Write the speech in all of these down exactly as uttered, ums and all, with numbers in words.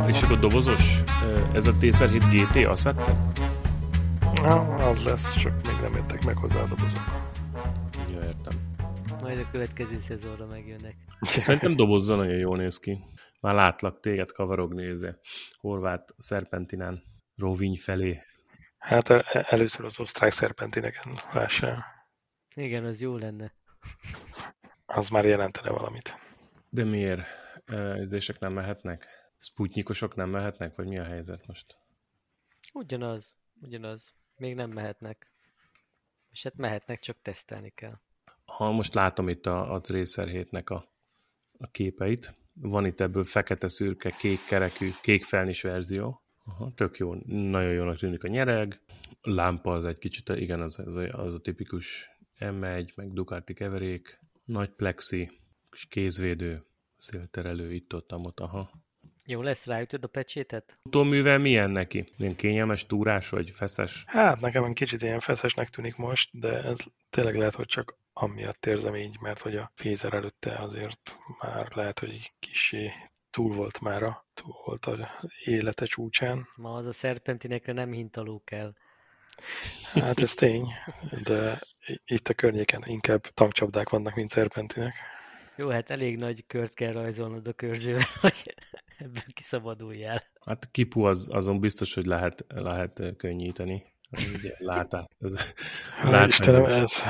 És akkor dobozos? Ez a té hét gé té, azt vetted? Na, az lesz, csak még nem jöttek meg hozzá a dobozok. Ja, értem. Majd a következő szezonra megjönnek. Szerintem dobozza nagyon jól néz ki. Már látlak téged kavarogni, nézze. Horvát szerpentinán, Roviny felé. Hát el, először az osztrák szerpentineken lássál. Igen, az jó lenne. Az már jelentene valamit. De miért? Ezések nem mehetnek? Sputnikosok nem mehetnek? Vagy mi a helyzet most? Ugyanaz, ugyanaz. Még nem mehetnek. És hát mehetnek, csak tesztelni kell. Ha most látom itt a, a Tracer hétnek a, a képeit, van itt ebből fekete, szürke, kék kerekű, kék felnis verzió. Aha, tök jó, nagyon jónak tűnik a nyereg. A lámpa az egy kicsit, igen, az, az, a, az a tipikus em egy, meg Ducati keverék, nagy plexi, és kézvédő, szélterelő itt-ott, amott, aha. Jó lesz, ráütöd a pecsétet? Futóművel milyen neki? Ilyen kényelmes, túrás vagy feszes? Hát nekem egy kicsit ilyen feszesnek tűnik most, de ez tényleg lehet, hogy csak amiatt érzem így, mert hogy a fézer előtte azért már lehet, hogy kissé túl volt már a, túl volt az élete csúcsán. Ma az a szerpentinekre nem hintaló kell. Hát ez tény, de itt a környéken inkább tankcsapdák vannak, mint szerpentinek. Jó, hát elég nagy kört kell rajzolnod a körzővel, hogy ebből kiszabaduljál. Hát kipu az, azon biztos, hogy lehet, lehet könnyíteni. Ugye, látá, ez, látá, Istenem, ez...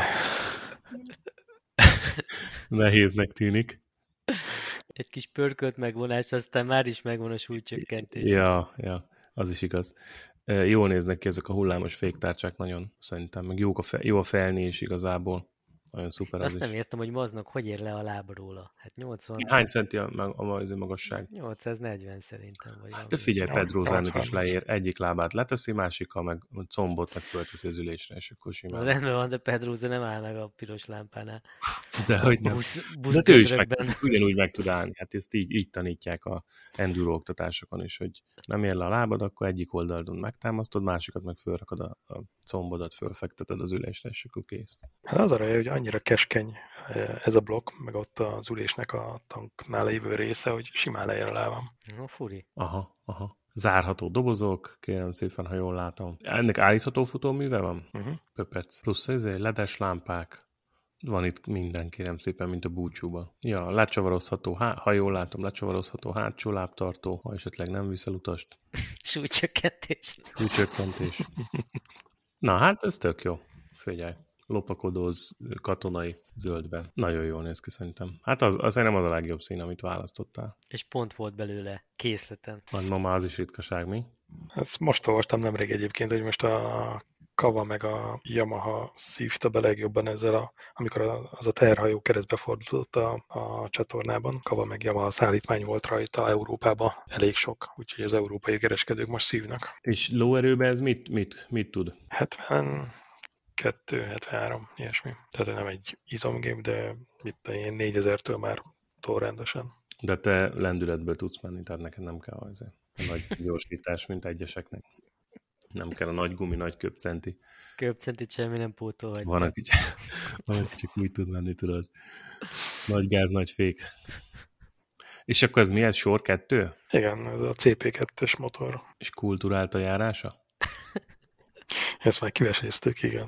nehéznek tűnik. Egy kis pörkölt megvonás, aztán már is megvan a súlycsökkentés. Ja, ja, az is igaz. Jól néznek ki ezek a hullámos féktárcsák nagyon, szerintem. Meg jó a, fe, jó a felni is igazából. Nagyon szuper. Azt az nem is. értem, hogy maznak hogy ér le a lába róla. Hát nyolcvan... Hány centi a, a, a, a magasság? nyolcszáznegyven szerintem. Vagy de figyelj, Pedrózának is leér. Egyik lábát leteszi, másikkal meg combot meg fölteszi az ülésre, és akkor simán. Na, rendben van, de Pedróza nem áll meg a piros lámpánál. De hogy nem. Busz, busz de ő is meg, ugyanúgy meg tud állni. Hát ezt így, így tanítják a enduro oktatásokon is, hogy nem ér le a lábad, akkor egyik oldalon megtámasztod, másikat meg fölrakod a, a combodat, fölfekteted az ülésre, és akkor kész. Hát az a raj, hogy annyira keskeny ez a blokk, meg ott az ülésnek a tanknál lévő része, hogy simán leér a lábam. No, furi. Aha, aha. Zárható dobozok, kérem szépen, ha jól látom. Ennek állítható futóműve van? Uh-huh. Pöpec. Plusz ezért ledes lámpák. Van itt minden, kérem szépen, mint a búcsúban. Ja, lecsavarozható, há- ha jól látom, lecsavarozható hátsó lábtartó, ha esetleg nem viszel utast. Súlycsökkentés. Súlycsökkentés. Na hát ez tök jó. Figyelj. Lopakodó katonai zöldben. Nagyon jól néz ki szerintem. Hát az, az nem az a legjobb szín, amit választottál. És pont volt belőle készleten. Nagymama, az is ritkaság, mi? Ezt most olvastam nemrég egyébként, hogy most a Kava meg a Yamaha szívta be legjobban ezzel, a, amikor az a teherhajó keresztbe fordult a, a csatornában. Kava meg Yamaha szállítmány volt rajta Európában. Elég sok, úgyhogy az európai kereskedők most szívnak. És lóerőben ez mit, mit, mit tud? hetven kettő hetvenhárom, ilyesmi. Tehát nem egy izomgép, de itt ilyen négyezertől már túl rendesen. De te lendületből tudsz menni, tehát neked nem kell azért a nagy gyorsítás, mint egyeseknek. Nem kell a nagy gumi, nagy köpcenti. Köpcentit semmi nem pótolhatja. Van, aki, van, aki csak úgy tud menni, tudod. Nagy gáz, nagy fék. És akkor ez mi ez? Sor kettő? Igen, ez a cé pé kettős motor. És kulturált a járása? Ezt már kiveséztük, igen.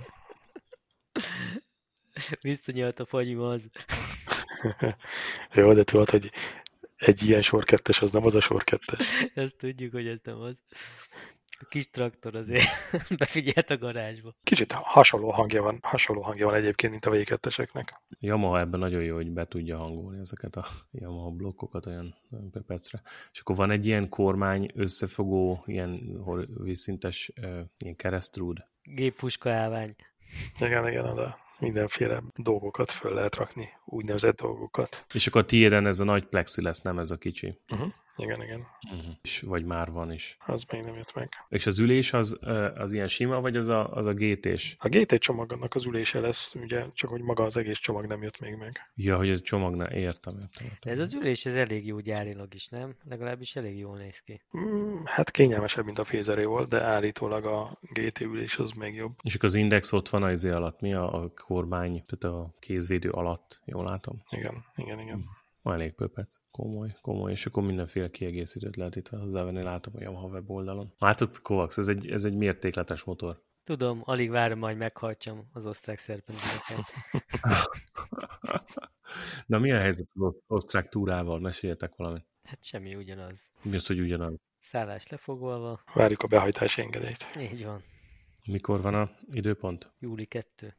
Visszanyalt a fagyimaz. Jó, de tudod, hogy egy ilyen sor kettes, az nem az a sor kettes. Ezt tudjuk, hogy ez nem az. A kis traktor azért befigyelt a garázsba. Kicsit hasonló hangja van, hasonló hangja van egyébként, mint a vé ketteseknek. Yamaha ebben nagyon jó, hogy be tudja hangolni ezeket a Yamaha blokkokat olyan pepecre. És akkor van egy ilyen kormány összefogó, ilyen vízszintes, ilyen keresztrúd. Géppuska állvány. Igen, igen, oda mindenféle dolgokat föl lehet rakni, úgynevezett dolgokat. És akkor a tiéden ez a nagy plexi lesz, nem ez a kicsi. Uh-huh. Igen, igen. Uh-huh. És, vagy már van is. Az még nem jött meg. És az ülés az, az ilyen sima, vagy az a, az a gé té-s? A gé té csomagnak az ülése lesz, ugye, csak hogy maga az egész csomag nem jött még meg. Ja, hogy ez csomagnál, értem, értem, értem. Ez az ülés, ez elég jó gyárilag is, nem? Legalábbis elég jól néz ki. Mm, hát kényelmesebb, mint a fézeré volt, de állítólag a gé té ülés az még jobb. És akkor az Index ott van az alatt, mi a, a kormány, tehát a kézvédő alatt, jól látom? Igen, igen, igen. Elég pöpec. Komoly, komoly. És akkor mindenféle kiegészítőt lehet itt hozzávenni. Látom a Yamaha weboldalon. Látod, Kovacs, ez egy, ez egy mértékletes motor. Tudom, alig várom, majd meghajtsam az osztrák szerpentíneket. Na, mi a helyzet az osztrák túrával? Meséljetek valamit. Hát semmi, ugyanaz. Mi az, hogy ugyanaz? Szállás lefoglalva. Várjuk a behajtási engedélyt. Így van. Mikor van a időpont? júli kettő.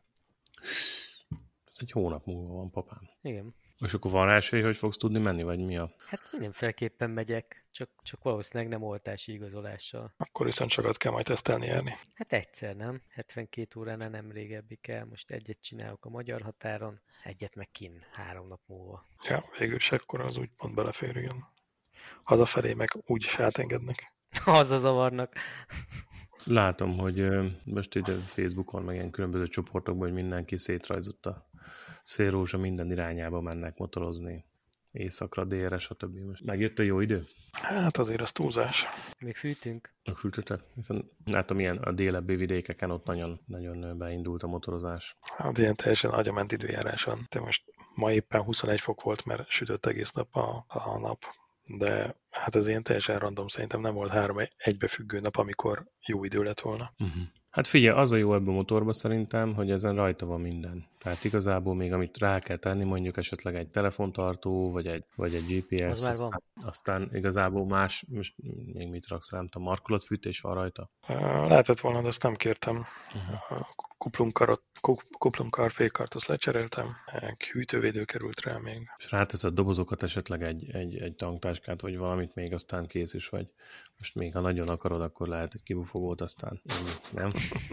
Ez egy hónap múlva van, papám. Igen. És akkor van rá esély, hogy fogsz tudni menni, vagy mi a... Hát mindenféleképpen megyek, csak, csak valószínűleg nem oltási igazolással. Akkor viszont sokat kell majd tesztelni járni. Hát egyszer nem, hetvenkét óránál nem régebbi kell, most egyet csinálok a magyar határon, egyet meg kinn három nap múlva. Ja, végül is akkor az úgy pont belefér, igen. Hazafelé meg úgy is átengednek. Haza zavarnak. Látom, hogy ö, most ide Facebookon, meg ilyen különböző csoportokban, hogy mindenki szétrajzott a szélrózsa, minden irányába mennek motorozni. Északra, délre, stb. Most megjött a jó idő? Hát azért az túlzás. Még fűtünk. A fűtöttek? Hiszen látom, ilyen a délebbi vidékeken ott nagyon, nagyon beindult a motorozás. Hát ilyen teljesen agyament időjárás van. De most ma éppen huszonegy fok volt, mert sütött egész nap a, a nap. De hát ez ilyen teljesen random, szerintem nem volt három egybefüggő nap, amikor jó idő lett volna. Uh-huh. Hát figyelj, az a jó ebben a motorban szerintem, hogy ezen rajta van minden. Tehát igazából még amit rá kell tenni, mondjuk esetleg egy telefontartó, vagy egy, vagy egy gé pé es, Az már aztán, van. aztán igazából más, most még mit raksz rám, a markolatfűtés van rajta. Lehetett volna, de azt nem kértem. Uh-huh. A kuplumkarot, kuplumkar, fékkart, azt lecseréltem. Hűtővédő került rá még. És rátesz a dobozokat, esetleg egy, egy, egy tanktáskát, vagy valamit még, aztán kész is vagy. Most még ha nagyon akarod, akkor lehet egy kibufogót, aztán nem?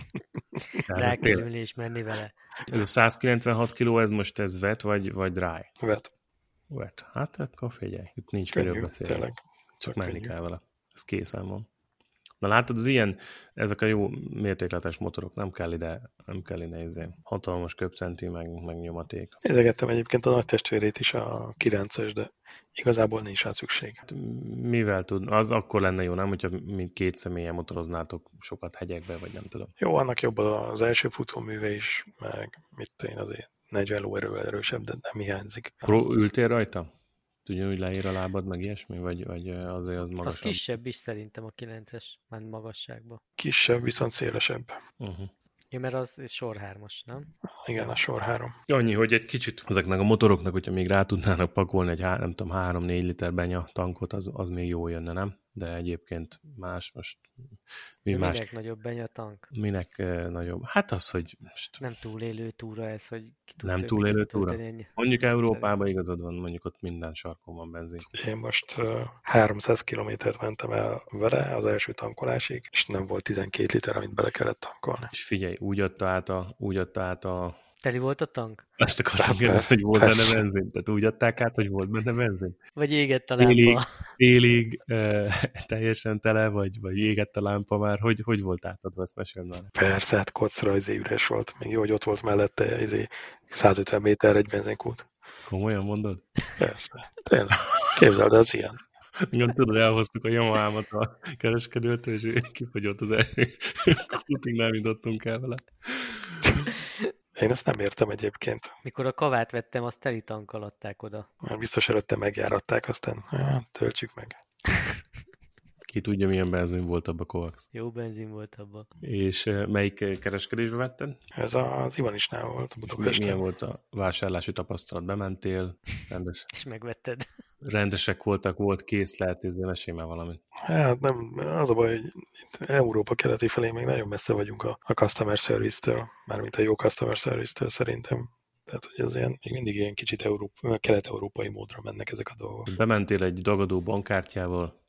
Rá kell ülni és menni vele. Ez a százkilencvenhat kiló, ez most ez vet, vagy, vagy dry? Vet. Vet. Hát akkor figyelj, itt nincs Könnyű, miről beszélni. tényleg. Csak Csak menni könnyű. kell vele. Ez készen van. Na látod, az ilyen, ezek a jó mértékletes motorok, nem kell ide, nem kell ide izé. Hatalmas köbcenti, meg, meg nyomaték. Nézegettem egyébként a nagy testvérét is, a kilences, de igazából nincs rá szükség. Hát, mivel tud? Az akkor lenne jó, nem? Hogyha mint két személyen motoroznátok sokat hegyekbe, vagy nem tudom. Jó, annak jobb az első futóműve is, meg mit én azért negyven lóerővel erősebb, de nem hiányzik. Pro, ültél rajta? Tudja, hogy leír a lábad, meg ilyesmi? Vagy, vagy azért az magasabb? Az kisebb is szerintem a kilences, már magasságban. Kisebb, viszont szélesebb. Uh-huh. Ja, mert az sor hármas, nem? Igen, a sor három. Annyi, hogy egy kicsit ezeknek a motoroknak, hogyha még rá tudnának pakolni egy, nem tudom, három-négy liter benya tankot, az, az még jó jönne, nem? De egyébként más most... Mi De más, minek nagyobb benya tank? minek eh, nagyobb? Hát az, hogy most Nem túlélő túra ez, hogy ki tud nem többet túlélő túra. tölteni. Mondjuk Európában igazad van, mondjuk ott minden sarkon van benzin. Én most uh, háromszáz kilométert mentem el vele az első tankolásig, és nem volt tizenkét liter, amit bele kellett tankolni. És figyelj, úgy adta át a, úgy adta át a Teli volt a tank? Azt akartam Hát, kérdezni, hogy volt persze. benne benzin. Tehát úgy adták át, hogy volt benne benzin. Vagy égett a lámpa? Félig, félig e, teljesen tele, vagy, vagy égett a lámpa már. Hogy, hogy volt átadva, ezt meséld már. Persze, hát kocra izé üres volt. Még jó, hogy ott volt mellette izé százötven méter egy benzinkút. Komolyan mondod? Persze. Tényleg. Képzeld, ez ilyen. Igen, tudod, elhoztuk a Yamahámat a kereskedőtől, és kifogyott az első kútig, nem jutottunk el vele. Én ezt nem értem egyébként. Mikor a kavát vettem, azt teli tankkal adták oda. Mert biztos előtte megjáratták, aztán hát, töltsük meg. Ki tudja, milyen benzin volt abba, Kovacs. Jó benzin volt abban. És eh, melyik kereskedésbe vetted? Ez az Ivanisnál volt És Budapesten. milyen volt a vásárlási tapasztalat? Bementél? Rendes, És megvetted. rendesek voltak, volt készlet, és mesélj már valamit. Hát nem, az a baj, hogy itt Európa keleti felé még nagyon messze vagyunk a, a customer service-től, mármint a jó customer service-től szerintem. Tehát, hogy ez ilyen, még mindig ilyen kicsit Európa, kelet-európai módra mennek ezek a dolgok. Bementél egy dagadó bankkártyával,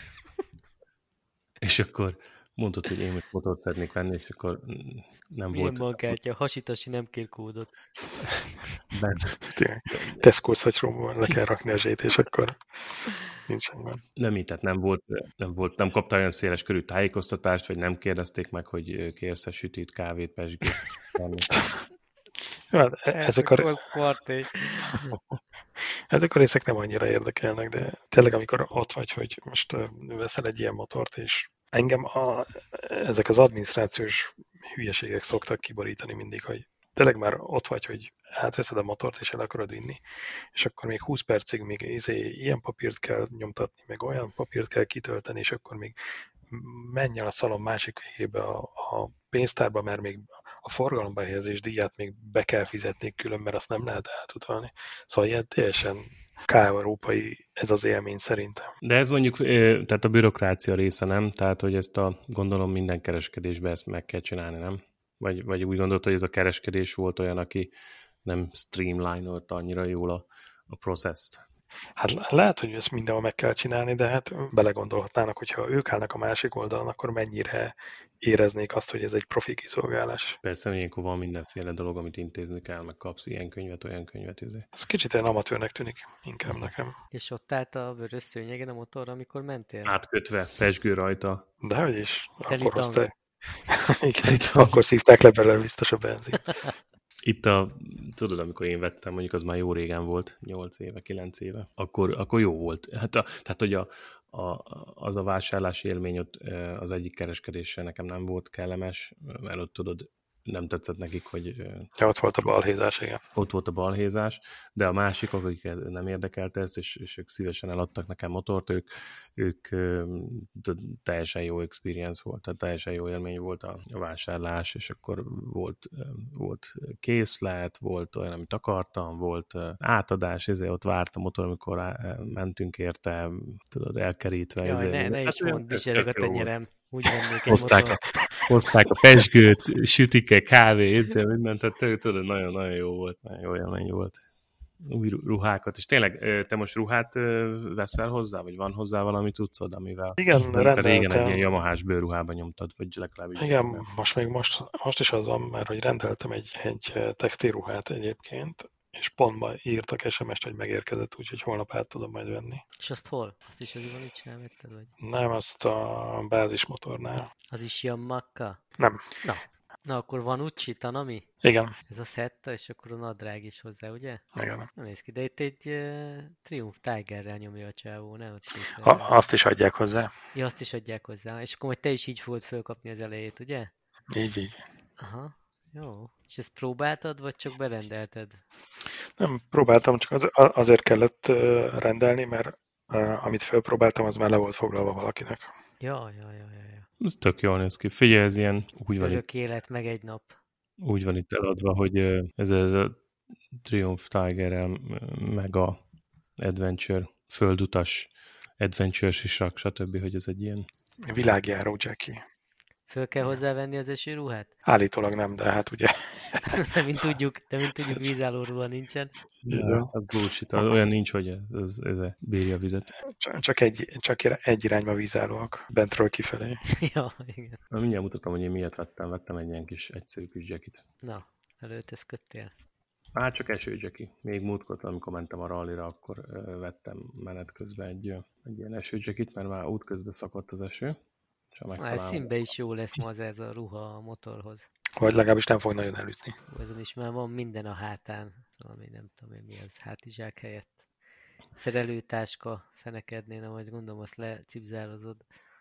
és akkor mondtad, hogy én most motort szeretnék venni, és akkor nem Milyen volt. bankkártya? Hasitasi nem kér kódot. Bent. Tesco szatyróban le kell rakni a zsét, és akkor nincsen gond. Nem így, tehát nem volt, nem volt, nem kaptál olyan széles körű tájékoztatást, vagy nem kérdezték meg, hogy kérsz-e sütít, kávét, pesgőt. Hát, ezek, a, ezek a részek nem annyira érdekelnek, de tényleg amikor ott vagy, hogy most veszel egy ilyen motort, és engem a, ezek az adminisztrációs hülyeségek szoktak kiborítani mindig, hogy tényleg már ott vagy, hogy átveszed a motort, és el akarod vinni, és akkor még húsz percig még izé, ilyen papírt kell nyomtatni, meg olyan papírt kell kitölteni, és akkor még menj el a szalon másik végébe a, a pénztárba, mert még a forgalomba helyezés díját még be kell fizetni külön, mert azt nem lehet átutalni. Szóval ilyen teljesen k-európai ez az élmény szerintem. De ez mondjuk, tehát a bürokrácia része, nem? Tehát, hogy ezt a, gondolom minden kereskedésben ezt meg kell csinálni, nem? Vagy, vagy úgy gondolod, hogy ez a kereskedés volt olyan, aki nem streamline-olta annyira jól a, a processzt? Hát lehet, hogy ezt mindenhol meg kell csinálni, de hát belegondolhatnának, hogyha ők állnak a másik oldalon, akkor mennyire éreznék azt, hogy ez egy profi kiszolgálás. Persze, ilyenkor van mindenféle dolog, amit intézni kell, meg kapsz ilyen könyvet, olyan könyvet. Izé. Ez kicsit ilyen amatőrnek tűnik, inkább nekem. És ott állt a vörös szőnyegen a motorra, amikor mentél? Átkötve, pezsgő rajta. Dehogy is, Teli akkor tang. hozták. Igen, akkor szívták le belőle biztos a benzin. Itt a, tudod, amikor én vettem, mondjuk az már jó régen volt, nyolc éve, kilenc éve, akkor, akkor jó volt. Hát a, tehát, hogy a, a, az a vásárlási élmény ott az egyik kereskedéssel nekem nem volt kellemes, mert ott tudod, nem tetszett nekik, hogy... Ja, ott volt a balhézás, igen. Ott volt a balhézás, de a másikok, akik nem érdekelte ezt, és, és ők szívesen eladtak nekem motort, ők, ők teljesen jó experience volt, tehát teljesen jó élmény volt a, a vásárlás, és akkor volt, volt készlet, volt olyan, amit akartam, volt átadás, ezért ott várt a motor, amikor mentünk érte, tudod, elkerítve. Jaj, ezért, ne, ne is mondd, viseleg a tenyerem. Úgy vennék egy hozták, motort. hozták a pezsgőt, sütike, kávét, mindent, tehát tudod, nagyon-nagyon jó volt, nagyon jó élmény volt. Új ruhákat, és tényleg, te most ruhát veszel hozzá, vagy van hozzá valami cuccod, amivel igen, rendeltem. régen egy ilyen Yamahás bőrruhában nyomtad, vagy legalábbis. Igen, nem. most még most, most is az van, mert hogy rendeltem egy, egy textilruhát egyébként, és pontban írtak es em es-t, hogy megérkezett, úgyhogy holnap át tudom majd venni. És azt hol? Azt is az van, nem vetted, vagy? Nem, azt a bázismotornál. Az is Yamaha? Nem. Na. Na, akkor van Uchi, Tanami? Igen. Ez a szetta, és akkor a nadrág is hozzá, ugye? Igen. Nem néz ki, de itt egy uh, Triumph Tigerrel nyomja a csávó, nem? A, azt is adják hozzá. Ja, azt is adják hozzá. És akkor majd te is így fogod fölkapni az elejét, ugye? Így, így. Aha, jó. És ezt próbáltad, vagy csak berendelted? Nem, próbáltam, csak az, azért kellett rendelni, mert amit fölpróbáltam, az már le volt foglalva valakinek. Ja, ja, ja, ja. ja. Ez tök jól néz ki. Figyelj, ez ilyen, úgy van, Örök élet, meg egy nap. Úgy van itt eladva, hogy ez a Triumph Tiger Mega Adventure, földutas, Adventure sisak, stb., hogy ez egy ilyen... Világjáró Jackie. Föl kell hozzávenni az esőruhát? Állítólag nem, de hát ugye... de mint tudjuk, de mint tudjuk, vízálló ruha nincsen. Ja, az bullshit. Olyan nincs, hogy ez, ez a bírja a vizet. Csak egy, csak egy irányba vízállóak, bentről kifelé. ja, igen. Na, mindjárt mutatom, hogy én miért vettem. Vettem egy ilyen kis egyszerű kis jackit. Na, előteszködtél. Hát csak esőjacky. Még múltkor, amikor mentem a rallira, akkor ö, vettem menet közben egy, egy ilyen esőjackit, mert már útközben szakadt az eső. Na, ez színbe is jó lesz ma az ez a ruha a motorhoz. Vagy legalábbis nem fog nagyon elütni. Ezen is már van minden a hátán. Valami nem tudom én mi az, hátizsák helyett. Szerelőtáska fenekednél, majd gondolom azt lecipzározod.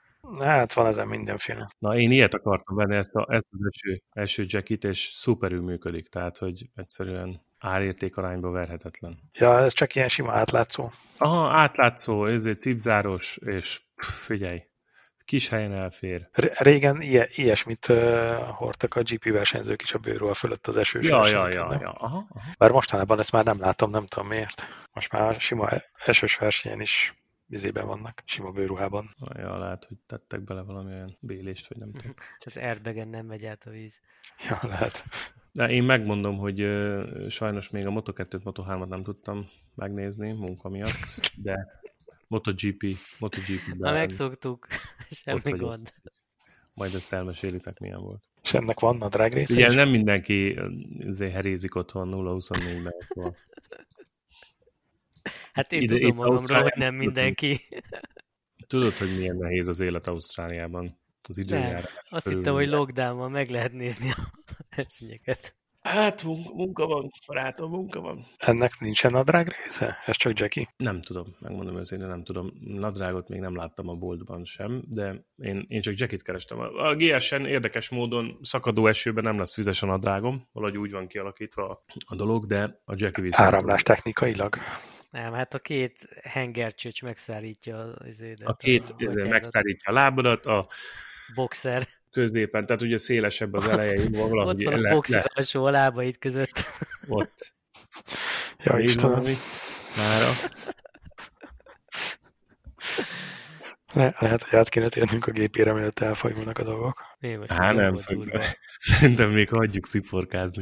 Hát van ezen mindenféle. Na, én ilyet akartam venni, ezt, a, ezt az eső, eső jackit, és szuperül működik, tehát, hogy egyszerűen árérték arányba verhetetlen. Ja, ez csak ilyen sima átlátszó. Aha, átlátszó, ez egy cipzáros, és pff, figyelj, kis helyen elfér. Régen ilyen, ilyesmit uh, hordtak a gé pé versenyzők is a bőrruha fölött az esős. Ja, ja, ja, ja. Aha, aha. Bár mostanában ezt már nem látom, nem tudom miért. Most már sima esős versenyen is vizében vannak, sima bőrruhában. Ja, lehet, hogy tettek bele valami olyan bélést, vagy nem tudom. Az airbag-en nem megy át a víz. Ja, lehet. De én megmondom, hogy uh, sajnos még a Moto kettőt, Moto hármat nem tudtam megnézni munka miatt, de MotoGP, MotoGP-ben... Ha megszoktuk, semmi gond. Majd ezt elmesélitek, milyen volt. És ennek van a drag része ugye is? nem mindenki azért herézik otthon nulla huszonnégyben. Szóval. Hát én Ide, tudom magamról, hogy nem mindenki. Tudod, hogy milyen nehéz az élet Ausztráliában? Az időjárás. Azt hittem, hogy lockdownban meg lehet nézni a versenyeket. Hát munka, munka van, barátom, munka van. Ennek nincsen nadrág része? Ez csak Jackie? Nem tudom, megmondom őszintén, nem tudom. Nadrágot még nem láttam a boltban sem, de én, én csak Jackit kerestem. A gé es-en érdekes módon szakadó esőben nem lesz vizes a nadrágom, valahogy úgy van kialakítva a dolog, de a Jackie viszont... Áramlás technikailag? Nem, hát a két hengercsöcs megszárítja az édet. A két a megszárítja a lábadat, a boxer. Középen, tehát ugye szélesebb az eleje, valahogy ott van a boxer alsó a lábaid között. Ott. Ja, Istenem. Mára. Le, lehet, hogy át kéne térnünk a gépére, mielőtt elfajulnak a dolgok. Hát nem, szerintem, szerintem még hagyjuk sziporkázni.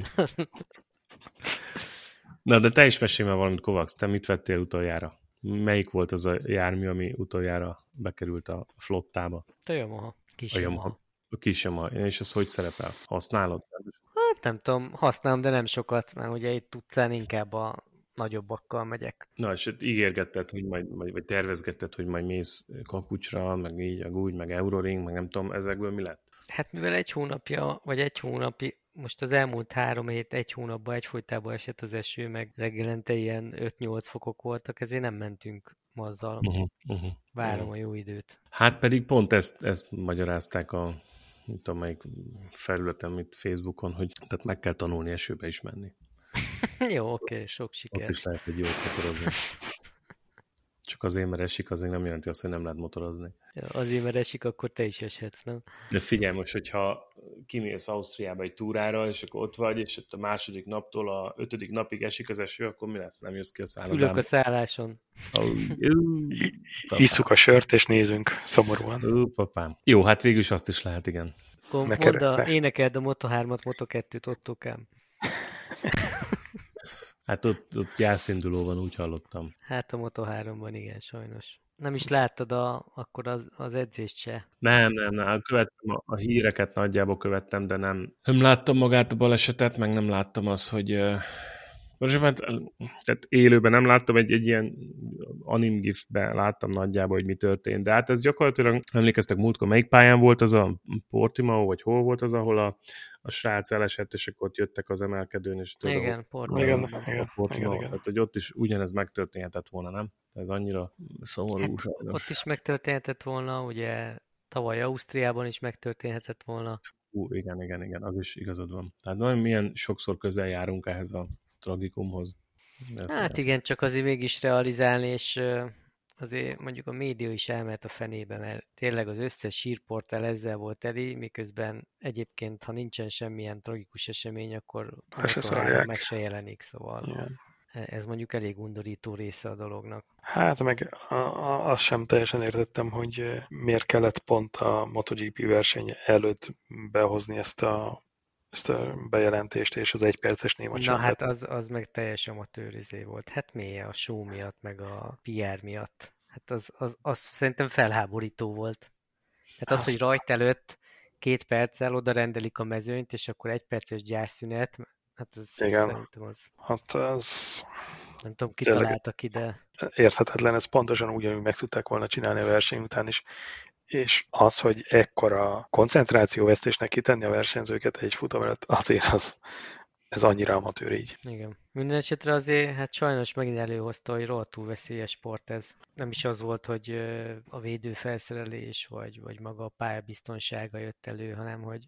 Na, de te is mesélj már valamit, Kovacs, te mit vettél utoljára? Melyik volt az a jármű, ami utoljára bekerült a flottába? A Yamaha. Kis a Yamaha. A kis Yamaha. És az hogy szerepel? Használod? Hát nem tudom, használom, de nem sokat, mert ugye itt utcán inkább a nagyobbakkal megyek. Na, és ígérgetted, hogy majd, vagy, vagy tervezgetted, hogy majd mész Kakucsra, meg így, meg úgy, meg Euroring, meg nem tudom, ezekből mi lett? Hát mivel egy hónapja, vagy egy hónapi, most az elmúlt három hét, egy hónapban egyfolytában esett az eső, meg reggelente ilyen öt-nyolc fokok voltak, ezért nem mentünk azzal. Uh-huh, uh-huh, Várom uh-huh. a jó időt. Hát pedig pont ezt, ezt magyarázták a nem tudom, melyik felületen, mint Facebookon, hogy tehát meg kell tanulni esőbe is menni. Jó, oké, okay, sok siker. Ott is lehet egy jót motorozni. Csak azért, mert esik, azért nem jelenti azt, hogy nem lehet motorozni. Ja, azért, mert esik, akkor te is eshetsz, nem? De figyelj most, hogyha kimész Ausztriába egy túrára, és akkor ott vagy, és ott a második naptól a ötödik napig esik az eső, akkor mi lesz? Nem jössz ki a szállodába? Ülök a szálláson. Isszuk a sört, és nézünk szomorúan. Ó, papám. Jó, hát végül is azt is lehet, igen. Akkor mondd a, énekeld a Moto hármat, Moto kettőt, Ottokám. Hát ott, ott gyászinduló van, úgy hallottam. Hát a Moto háromban igen, sajnos. Nem is láttad a, akkor az, az edzést se? Nem, nem, nem. Követtem a, a híreket, nagyjából követtem, de nem. Nem láttam magát a balesetet, meg nem láttam azt, hogy... Uh, most hát, tehát élőben nem láttam, egy, egy ilyen anim gifben láttam nagyjából, hogy mi történt. De hát ez gyakorlatilag, emlékeztek múltkor, melyik pályán volt az a Portimao, vagy hol volt az, ahol a, a srác elesett, és akkor ott jöttek az emelkedőn, és tudod, igen, Portimao. Igen, igen, igen, Portimao. Igen, igen. Tehát, hogy ott is ugyanez megtörténhetett volna, nem? Ez annyira szomorú. Hát, ott is megtörténhetett volna, ugye tavaly Ausztriában is megtörténhetett volna. Ú, igen, igen, igen, az is igazad van. Tehát nagyon milyen sokszor közel járunk ehhez a tragikumhoz. Hát igen, csak azért mégis realizálni, és azért mondjuk a média is elment a fenébe, mert tényleg az összes hírportál ezzel volt elé, miközben egyébként, ha nincsen semmilyen tragikus esemény, akkor meg se jelenik, szóval igen. Ez mondjuk elég undorító része a dolognak. Hát meg azt sem teljesen értettem, hogy miért kellett pont a MotoGP verseny előtt behozni ezt a ezt a bejelentést és az egyperces néma Na hát az, az meg teljes amatőrizé volt. Hát mélye a show miatt, meg a pé er miatt. Hát az, az, az szerintem felháborító volt. Hát az, Azt... hogy rajt előtt két perccel oda rendelik a mezőnyt, és akkor egy perces gyászszünet, hát ez igen. Szerintem az... Hát az... Nem tudom, ki találtak ide. Érthetetlen, ez pontosan úgy, hogy meg tudták volna csinálni a verseny után is. És az, hogy ekkora koncentrációvesztésnek kitenni a versenyzőket egy futam előtt, azért az, ez annyira amatőr így. Igen. Minden esetre azért, hát sajnos megint előhozta, hogy rohadtul veszélyes sport ez. Nem is az volt, hogy a védőfelszerelés, vagy, vagy maga a pálya biztonsága jött elő, hanem hogy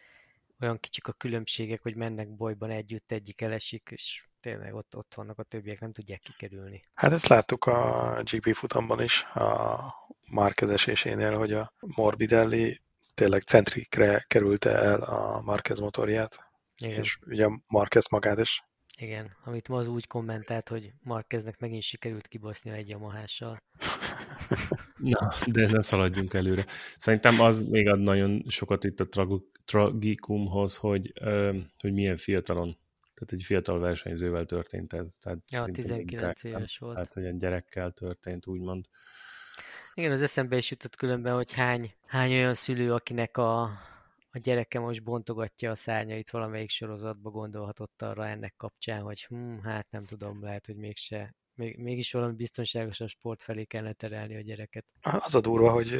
olyan kicsik a különbségek, hogy mennek bolyban együtt, egyik elesik, és tényleg ott, ott vannak a többiek, nem tudják kikerülni. Hát ezt láttuk a gé pé futamban is, a Márquez esésénél, hogy a Morbidelli tényleg centrikre kerülte el a Márquez motorját, igen. És ugye Márquez magát is. Igen, amit ma az úgy kommentált, hogy Márqueznek megint sikerült kibaszni egy Yamahással. Na, de ne szaladjunk előre. Szerintem az még ad nagyon sokat itt a trag- tragikumhoz, hogy, ö, hogy milyen fiatalon, tehát egy fiatal versenyzővel történt ez. Tehát ja, tizenkilenc éves volt. Tehát, hogy egy gyerekkel történt, úgymond. Igen, az eszembe is jutott különben, hogy hány, hány olyan szülő, akinek a, a gyereke most bontogatja a szárnyait valamelyik sorozatba, gondolhatott arra ennek kapcsán, hogy hm, hát nem tudom, lehet, hogy mégse, még, mégis valami biztonságosabb sport felé kellene terelni a gyereket. Az a durva, hogy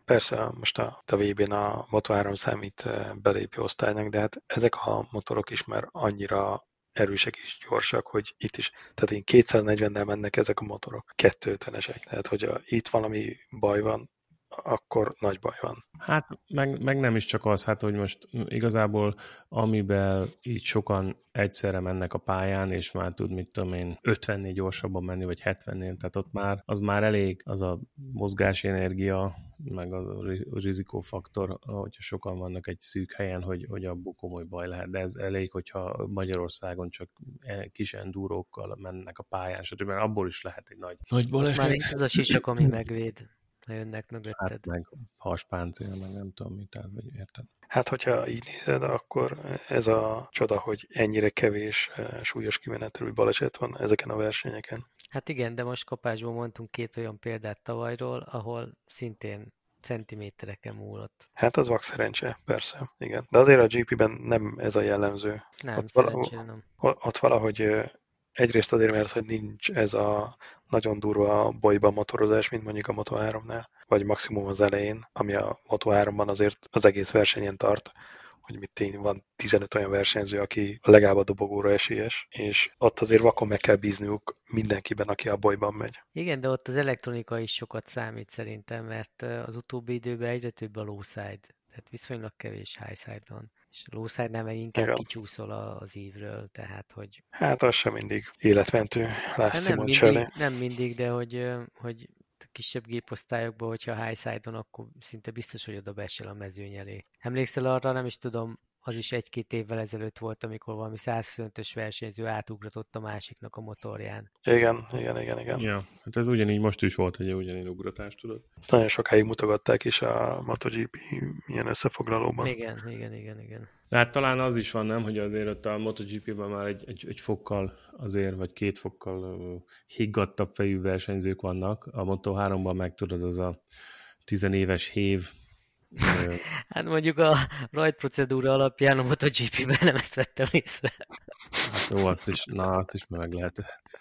Persze, most a, a vé bén a Moto három számít belépő osztálynak, de hát ezek a motorok is már annyira erősek és gyorsak, hogy itt is, tehát én kétszáznegyvennel mennek ezek a motorok, kétszázötvenesek, tehát hogyha itt valami baj van, akkor nagy baj van. Hát meg, meg nem is csak az, hát hogy most igazából amiben így sokan egyszerre mennek a pályán, és már tud, mit tudom én, ötvennél gyorsabban menni, vagy hetvennél, tehát ott már, az már elég, az a mozgásenergia, meg a rizikófaktor, hogyha sokan vannak egy szűk helyen, hogy, hogy abból komoly baj lehet, de ez elég, hogyha Magyarországon csak kis endúrókkal mennek a pályán, stb. Mert abból is lehet egy nagy, nagy baleset. Már az a sisak, ami megvéd, ha jönnek mögötted. Hát meg haspáncél, meg nem tudom mit, tehát, vagy érted. Hát, hogyha így nézed, akkor ez a csoda, hogy ennyire kevés súlyos kimenetelű baleset van ezeken a versenyeken. Hát igen, de most kapásból mondtunk két olyan példát tavalyról, ahol szintén centimétereken múlott. Hát az vak szerencse, persze, igen. De azért a gé pében nem ez a jellemző. Nem, ott szerencsére valahogy, nem. Ott valahogy egyrészt azért, mert hogy nincs ez a nagyon durva bolyban motorozás, mint mondjuk a Moto háromnál, vagy maximum az elején, ami a Moto háromban azért az egész versenyen tart, hogy mit tény, van tizenöt olyan versenyző, aki legalább a dobogóra esélyes, és ott azért vakon meg kell bízniuk mindenkiben, aki a bolyban megy. Igen, de ott az elektronika is sokat számít szerintem, mert az utóbbi időben egyre több a low side, tehát viszonylag kevés high side van. És a low side-nál meg inkább Igen. kicsúszol az ívről, tehát hogy... Hát az sem mindig életmentő, Hát nem, mindig, nem mindig, de hogy, hogy kisebb géposztályokban, hogyha high side-on, akkor szinte biztos, hogy oda beesel a mezőny elé. Emlékszel arra, nem is tudom, az is egy-két évvel ezelőtt volt, amikor valami százhuszonötös versenyző átugratott a másiknak a motorján. Igen, igen, igen, igen. Ja, hát ez ugyanígy most is volt, hogy ugyanígy ugratás, tudod. Ezt nagyon sokáig mutogatták is a MotoGP ilyen összefoglalóban. Igen, igen, igen, igen. De hát talán az is van, nem, hogy azért ott a MotoGP-ben már egy, egy, egy fokkal azért, vagy két fokkal uh, higgadtabb fejű versenyzők vannak. A Moto háromban meg tudod, az a tizenéves hév. Hát mondjuk a rajtprocedúra alapján a MotoGP-ben nem ezt vettem észre. Hát jó, azt is, na, azt is meg lehet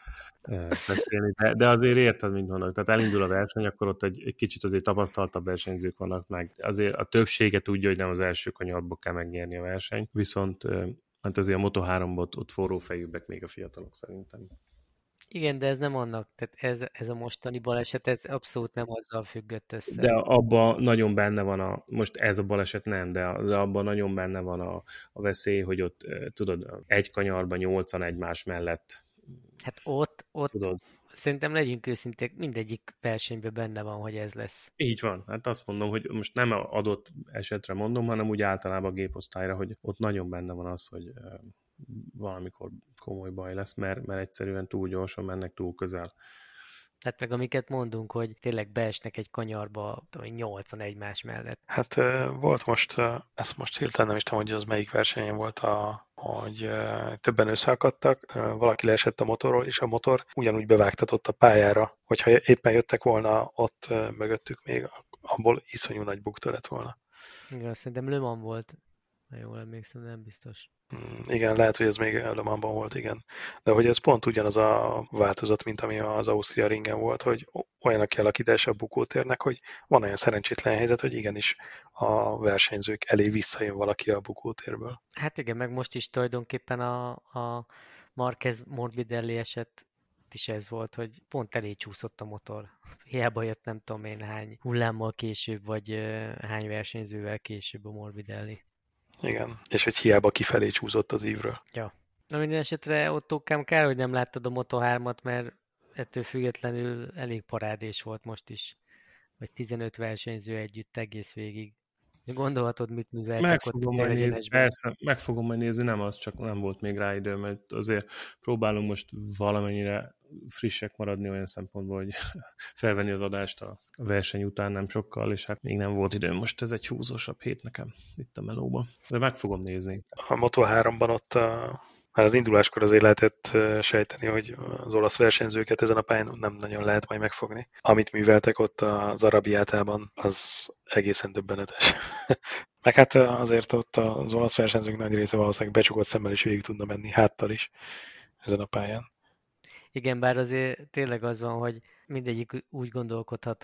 beszélni, de, de azért érted, mint mondok. Tehát elindul a verseny, akkor ott egy, egy kicsit azért tapasztaltabb versenyzők vannak meg. Azért a többsége tudja, hogy nem az első kanyarba kell megnyerni a versenyt, viszont hát azért a Moto háromban ott, ott forró fejűbbek még a fiatalok szerintem. Igen, de ez nem annak, tehát ez, ez a mostani baleset, ez abszolút nem azzal függött össze. De abban nagyon benne van a, most ez a baleset nem, de, de abban nagyon benne van a, a veszély, hogy ott tudod, egy kanyarban nyolcan egymás mellett. Hát ott, ott tudod. Szerintem legyünk őszinték, mindegyik versenyben benne van, hogy ez lesz. Így van, hát azt mondom, hogy most nem adott esetre mondom, hanem úgy általában a géposztályra, hogy ott nagyon benne van az, hogy valamikor komoly baj lesz, mert, mert egyszerűen túl gyorsan mennek, túl közel. Tehát meg amiket mondunk, hogy tényleg beesnek egy kanyarba nyolcan egymás mellett. Hát volt most, ezt most hirtelen nem is tudom, hogy az melyik versenyen volt, a, hogy többen összeakadtak, valaki leesett a motorról, és a motor ugyanúgy bevágtatott a pályára, hogyha éppen jöttek volna ott mögöttük még, abból iszonyú nagy bukta lett volna. Igen, szerintem Le Mans volt. Ha jól emlékszem, nem biztos. Igen, lehet, hogy ez még Le Mansban volt, igen. De hogy ez pont ugyanaz a változat, mint ami az Ausztria ringen volt, hogy olyan a kialakítása a bukótérnek, hogy van olyan szerencsétlen helyzet, hogy igenis a versenyzők elé visszajön valaki a bukótérből. Hát igen, meg most is tulajdonképpen a, a Marquez Morbidelli eset is ez volt, hogy pont elé csúszott a motor. Hiába jött nem tudom én hány hullámmal később, vagy uh, hány versenyzővel később a Morbidelli. Igen, és hogy hiába kifelé csúszott az ívről. Ja. Na minden esetre Ottókám kár, hogy nem láttad a Moto hármat, mert ettől függetlenül elég parádés volt most is. Vagy tizenöt versenyző együtt egész végig. Gondolhatod, mit műveltek meg ott fogom a nézni, egyenesben. persze, meg fogom majd nézni, nem az, csak nem volt még rá idő, mert azért próbálom most valamennyire frissek maradni olyan szempontból, hogy felvenni az adást a verseny után nem sokkal, és hát még nem volt időm. Most ez egy húzósabb hét nekem itt a melóban. De meg fogom nézni. A Moto háromban ott a, már az induláskor azért lehetett sejteni, hogy az olasz versenyzőket ezen a pályán nem nagyon lehet majd megfogni. Amit műveltek ott az Arabiátában, az egészen döbbenetes. Meg hát azért ott az olasz versenyzők nagy része valószínűleg becsukott szemmel is végig tudna menni, háttal is ezen a pályán. Igen, bár azért tényleg az van, hogy mindegyik úgy gondolkodhat, hogy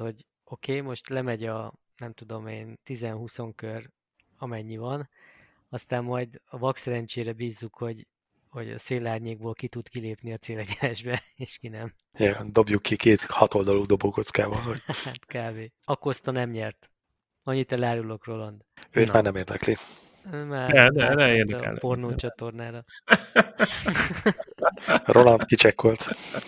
oké, okay, most lemegy a, nem tudom én, tíz-húsz kör, amennyi van, aztán majd a vak szerencsére bízzuk, hogy, hogy a szélárnyékból ki tud kilépni a célegyenesbe, és ki nem. Ja, dobjuk ki két hatoldalú dobókockával. Hogy... hát kb. Acosta nem nyert. Annyit elárulok, Roland. Őt Na. már nem érdekli. Már de, de, de érdekel. A pornó csatornára. Roland kicsekkolt.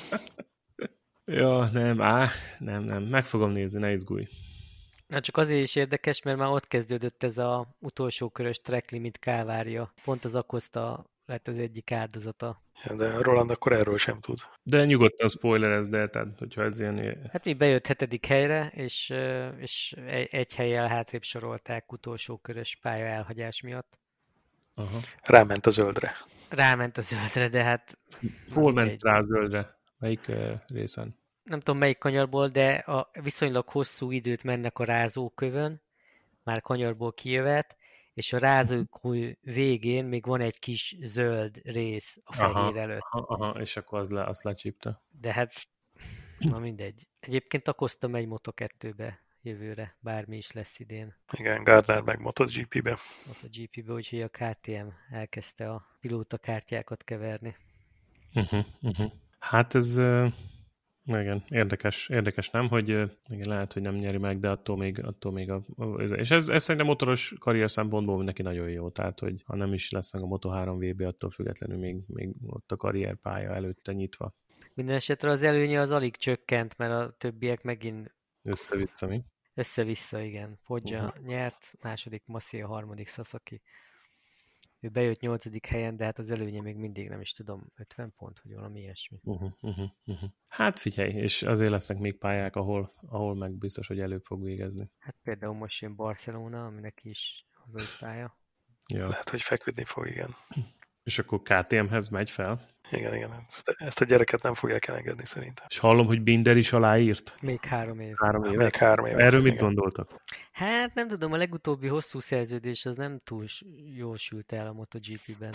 Ja, nem, á, nem, nem. Meg fogom nézni, ne izgulj. Na csak azért is érdekes, mert már ott kezdődött ez az utolsó körös track limit kávária. Pont az Acosta lett az egyik áldozata. Ja, de Roland akkor erről sem tud. De nyugodtan spoilerezd el, tehát hogyha ez ilyen... Hát mi bejött hetedik helyre, és, és egy hellyel hátrébb sorolták utolsó körös pálya elhagyás miatt. Aha. Ráment a zöldre. Ráment a zöldre, de hát... Hol ment egy... rá a zöldre? Melyik uh, részen? Nem tudom melyik kanyarból, de a viszonylag hosszú időt mennek a rázókövön, már kanyarból kijövet, és a rázókő végén még van egy kis zöld rész a fehér aha, előtt. Aha, aha, és akkor az le, azt lecsípte. De hát, na mindegy. Egyébként Acosta megy Moto kettőbe jövőre, bármi is lesz idén. Igen, Gardner meg MotoGP-be. MotoGP-be, úgyhogy a ká té em elkezdte a pilótakártyákat keverni. Uh-huh, uh-huh. Hát ez... Uh... Igen, érdekes, érdekes nem, hogy igen, lehet, hogy nem nyeri meg, de attól még, attól még a, és ez, ez szerintem motoros karrier szempontból neki nagyon jó, tehát, hogy ha nem is lesz meg a Moto három vé bé, attól függetlenül még, még ott a karrierpálya előtte nyitva. Minden esetre az előnye az alig csökkent, mert a többiek megint össze-vissza, mi? Össze-vissza, igen. Foggia uh-huh. nyert, második Massey, a harmadik Sasaki. Ő bejött nyolcadik helyen, de hát az előnye még mindig, nem is tudom, ötven pont, vagy valami ilyesmi. Uh-huh, uh-huh, uh-huh. Hát figyelj, és azért lesznek még pályák, ahol, ahol meg biztos, hogy előbb fog végezni. Hát például most jön Barcelona, aminek is hazai pálya. Ja. Lehet, hogy feküdni fog, igen. És akkor ká té emhez megy fel? Igen, igen. Ezt, ezt a gyereket nem fogják elengedni szerintem. És hallom, hogy Binder is aláírt? Még három év. Három év. Még három év. Erről mit gondoltak? Hát nem tudom, a legutóbbi hosszú szerződés az nem túl jól sült el a MotoGP-ben.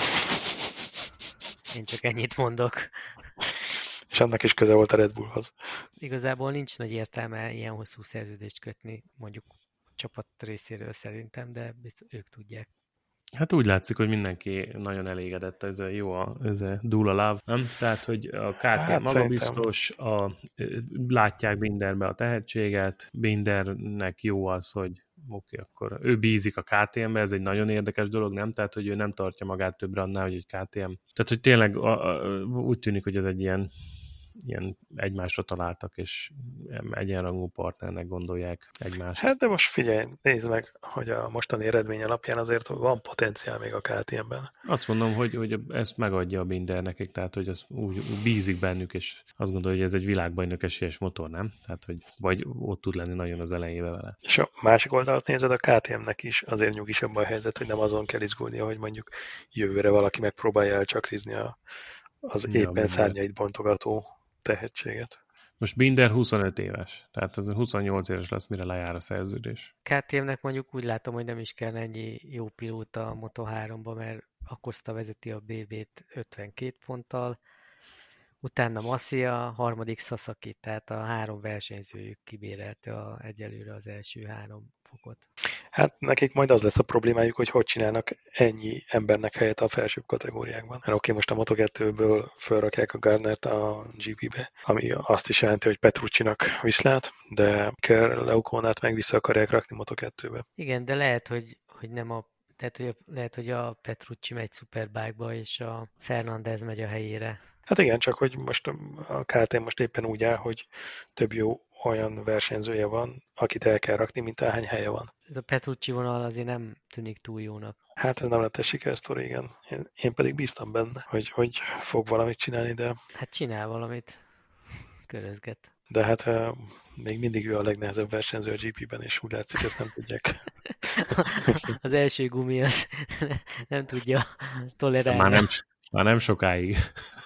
Én csak ennyit mondok. És annak is köze volt a Red Bullhoz. Igazából nincs nagy értelme ilyen hosszú szerződést kötni, mondjuk a csapat részéről szerintem, de biztos ők tudják. Hát úgy látszik, hogy mindenki nagyon elégedett, ez a jó, a, ez a Dula Love, nem? Tehát, hogy a ká té em hát magabiztos, a, látják Binderbe a tehetséget, Bindernek jó az, hogy oké, okay, akkor ő bízik a ká té embe, ez egy nagyon érdekes dolog, nem? Tehát, hogy ő nem tartja magát többre annál, hogy egy ká té em. Tehát, hogy tényleg a, a, úgy tűnik, hogy ez egy ilyen ilyen egymásra találtak, és egyenrangú partnernek gondolják egymást. Hát de most figyelj, nézd meg, hogy a mostani eredmény alapján azért van potenciál még a ká té emben. Azt mondom, hogy, hogy ezt megadja a Binder nekik, tehát hogy az úgy bízik bennük, és azt gondolja, hogy ez egy világbajnok esélyes motor, nem? Tehát, hogy vagy ott tud lenni nagyon az elejébe vele. És a másik oldalt nézed, a ká té emnek is azért nyugisabb a helyzet, hogy nem azon kell izgulnia, hogy mondjuk jövőre valaki megpróbálja elcsakrizni a, az ja, éppen szárnyait bontogató tehetséget. Most Binder huszonöt éves, tehát ez huszonnyolc éves lesz, mire lejár a szerződés. ká té emnek mondjuk úgy látom, hogy nem is kell ennyi jó pilóta a Moto háromba, mert Acosta vezeti a bé bét ötvenkét ponttal, utána Massey, a harmadik Sasaki, tehát a három versenyzőjük kibérelte a, egyelőre az első három fokot. Hát nekik majd az lesz a problémájuk, hogy hogy csinálnak ennyi embernek helyet a felsőbb kategóriákban. Mert oké, most a Moto kettőből felrakják a Gardnert a gé pé-be, ami azt is jelenti, hogy Petruccinak viszlát, de Leoconát meg vissza akarják rakni Moto kettőbe. Igen, de lehet, hogy, hogy nem a tehát, hogy a, lehet, hogy a Petrucci megy Superbike-ba, és a Fernandez megy a helyére. Hát igen, csak hogy most a ká té em most éppen úgy áll, hogy több jó olyan versenyzője van, akit el kell rakni, mint ahány helye van. Ez a Petrucci vonal azért nem tűnik túl jónak. Hát ez nem lett egy sikersztori, igen. Én, én pedig bíztam benne, hogy, hogy fog valamit csinálni, de... Hát csinál valamit. Körözget. De hát uh, még mindig ő a legnehezebb versenyző a gé pé-ben, és úgy látszik, ezt nem tudják. Az első gumi az nem tudja tolerálni. Már nem, már nem sokáig.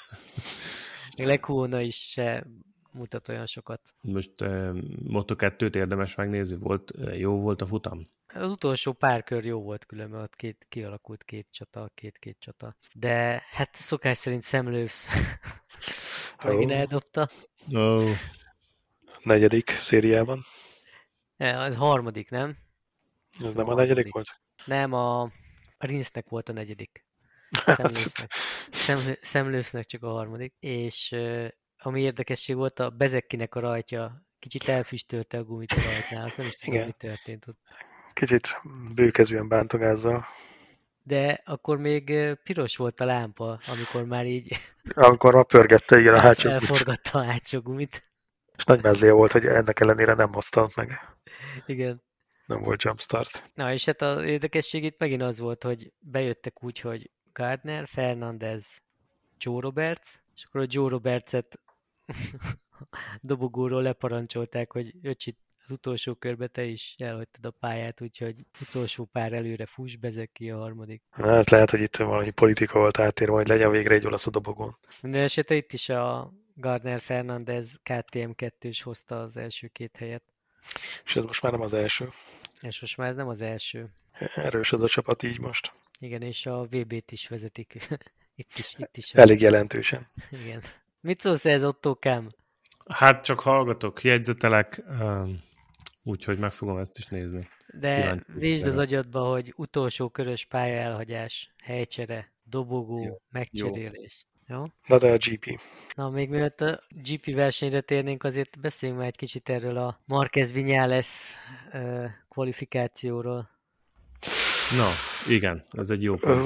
Lecuna is se mutat olyan sokat. Most uh, Moto kettőt érdemes megnézni, volt, jó volt a futam? Az utolsó pár kör jó volt különben, ott két, kialakult két csata, két-két csata. De hát szokás szerint Szemlővsz megint eldobta. Oh. Negyedik szériában. Az harmadik, nem? Ez szóval nem a negyedik volt? Nem, a, a Rinsznek volt a negyedik. Szemlősznek. Szemlő, szemlősznek csak a harmadik. És uh, ami érdekesség volt, a Bezekkinek a rajtja kicsit elfüstölte a gumit a rajtnál. Azt nem is tudom, mi történt ott. Kicsit bőkezően bántogázzal. De akkor még piros volt a lámpa, amikor már így... Amikor már pörgette, igen, a hátsó gumit. Elforgatta a hátsó gumit. És nagy mezléje volt, hogy ennek ellenére nem mozdult meg. Igen. Nem volt jumpstart. Na, és hát az érdekesség itt megint az volt, hogy bejöttek úgy, hogy Gardner, Fernandez, Joe Roberts, és akkor a Joe Robertset dobogóról leparancsolták, hogy öcsit, az utolsó körbe te is elhagytad a pályát, úgyhogy utolsó pár előre fuss, bezek ki a harmadik. Hát lehet, hogy itt valami politika volt átérve, hogy legyen végre egy olasz a dobogón. Minden esetre itt is a Gardner Fernandez ká té em kettős hozta az első két helyet. És ez most már nem az első. És most már ez nem az első. Erős ez a csapat így most. Igen, és a vé bét is vezetik. itt is, itt is. Elég jelentősen. Igen. Mit szólsz ez, Ottokám? Hát csak hallgatok, jegyzetelek, úgyhogy meg fogom ezt is nézni. De vésd az agyadba, hogy utolsó körös pálya elhagyás, helycsere, dobogó, jó, megcserélés. Jó. Na de a gé pé. Na, még mielőtt a gé pé versenyre térnénk, azért beszéljünk már egy kicsit erről a Márquez Viñales uh, kvalifikációról. Na, igen, ez egy jó pont.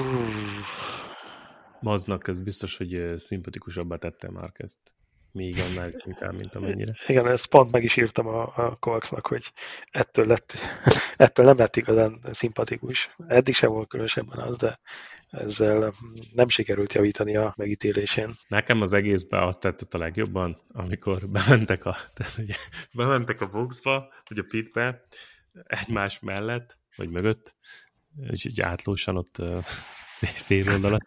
Maznak ez biztos, hogy szimpatikusabbá tette Márquezt. Még annál inkább, mint amennyire. Igen, ezt pont meg is írtam a, a Kovacsnak, hogy ettől, lett, ettől nem lett igazán szimpatikus. Eddig sem volt különösebben az, de ezzel nem sikerült javítani a megítélésén. Nekem az egészben azt tetszett a legjobban, amikor bementek a, tehát ugye, bementek a boxba, vagy a pitbe, egymás mellett, vagy mögött, és így átlósan ott fél oldalat.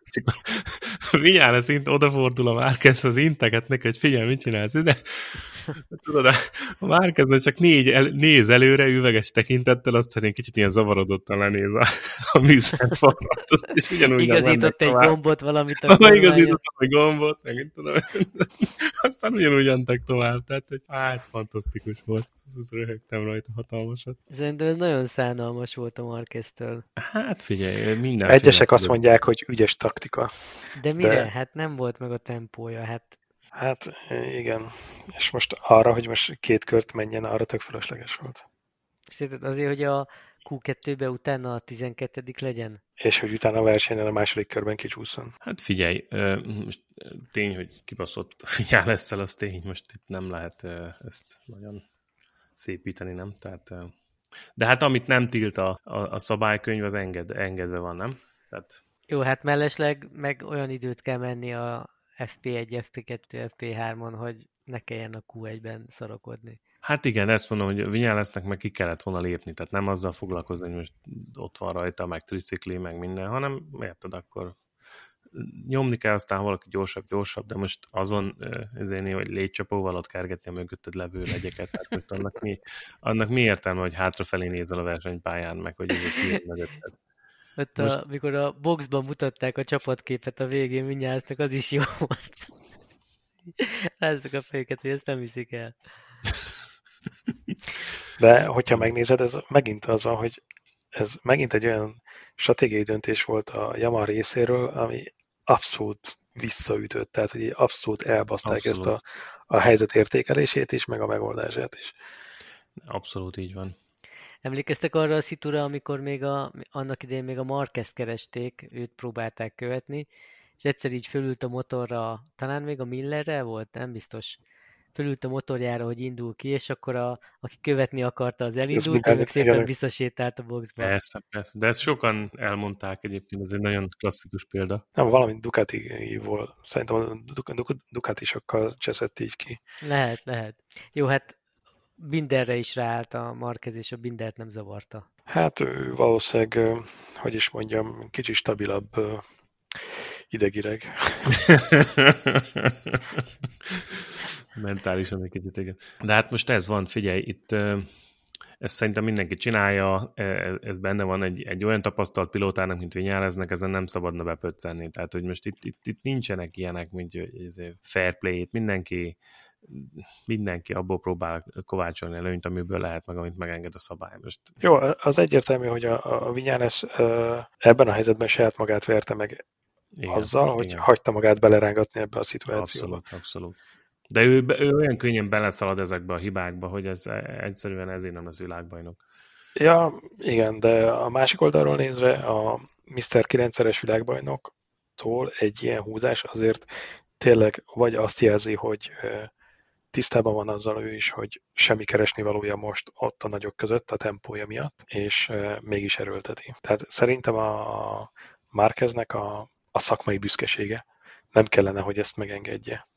Vinyára szint odafordul a Márquez az inteket neki, hogy figyelj, mit csinálsz? De tudod, a Márquez csak négy el, néz előre, üveges tekintettel, azt szerint kicsit ilyen zavarodottan lenéz a, a műszerfalra. És ugyanúgy igazított egy tovább. Gombot valamit. A igazított egy gombot, meg mit tudom. Aztán ugyanúgy mentek tovább. Tehát, hogy hát, fantasztikus volt. Ezt röhögtem rajta hatalmasat. Szerintem ez nagyon szánalmas volt a Márqueztől. Hát figyelj, minden. Egyesek azt mondják, hogy ügyes taktika. De mire? De... Hát nem volt meg a tempója, hát... Hát igen, és most arra, hogy most két kört menjen, arra tök felesleges volt. Szerinted azért, hogy a kú kettőbe utána a tizenkettedik legyen? És hogy utána a versenyen a második körben kicsúszson. Hát figyelj, most tény, hogy kibaszott Viñalessel, az tény, most itt nem lehet ezt nagyon szépíteni, nem? Tehát, de hát amit nem tilt a, a, a szabálykönyv, az enged, engedve van, nem? Tehát... Jó, hát mellesleg meg olyan időt kell menni a ef pé egy, ef pé kettő, ef pé hármon, hogy ne kelljen a kú egyben szarakodni. Hát igen, ezt mondom, hogy Viñalesnek meg ki kellett volna lépni, tehát nem azzal foglalkozni, hogy most ott van rajta, meg tricikli, meg minden, hanem érted, akkor nyomni kell, aztán valaki gyorsabb, gyorsabb, de most azon ezért, hogy légycsapóval ott kergetni a mögötted levő legyeket, tehát most annak mi, annak mi értelme, hogy hátrafelé nézel a versenypályán, meg hogy ez a mögötted. Ott most... a, mikor a boxban mutatták a csapatképet a végén Viñalesnek, az is jó volt. Lázzuk a fejüket, hogy ezt nem hiszik el. De hogyha megnézed, ez megint az van, hogy ez megint egy olyan stratégiai döntés volt a Yamaha részéről, ami abszolút visszaütött, tehát hogy abszolút elbaszták abszolút. ezt a, a helyzet értékelését is, meg a megoldását is. Abszolút így van. Emlékeztek arra a szitura, amikor még a, annak idején még a Márquezt keresték, őt próbálták követni, és egyszer így fölült a motorra, talán még a Millerrel volt, nem biztos, fölült a motorjára, hogy indul ki, és akkor a, aki követni akarta, az elindult, és szépen igen. visszasétált a boxba. Persze, persze, de ezt sokan elmondták egyébként, ez egy nagyon klasszikus példa. Nem, valami Ducati-ból, szerintem a Ducati-sokkal cseszett így ki. Lehet, lehet. Jó, hát Binderre is ráállt a Márquez, és a Bindert nem zavarta. Hát ő valószínűleg, hogy is mondjam, kicsi stabilabb idegileg. Mentálisan egy kicsit, igen. De hát most ez van, figyelj, itt ezt szerintem mindenki csinálja, ez benne van egy, egy olyan tapasztalt pilótának, mint Viñalesnek, ezen nem szabadna bepöccenni. Tehát, hogy most itt, itt, itt nincsenek ilyenek, mint hogy fair play-t, mindenki mindenki abból próbál kovácsolni előnyt, amiből lehet meg, amit megenged a szabály. Most... Jó, az egyértelmű, hogy a, a Viñales ebben a helyzetben saját magát verte meg igen, azzal, hogy igen. hagyta magát belerángatni ebbe a szituációba. Abszolút, abszolút. De ő, ő olyan könnyen beleszalad ezekbe a hibákba, hogy ez egyszerűen ezért nem az világbajnok. Ja, igen, de a másik oldalról nézve a miszter kilencszeres világbajnoktól egy ilyen húzás azért tényleg vagy azt jelzi, hogy tisztában van azzal ő is, hogy semmi keresni valója most ott a nagyok között a tempója miatt, és mégis erőlteti. Tehát szerintem a Márqueznek a, a szakmai büszkesége nem kellene, hogy ezt megengedje.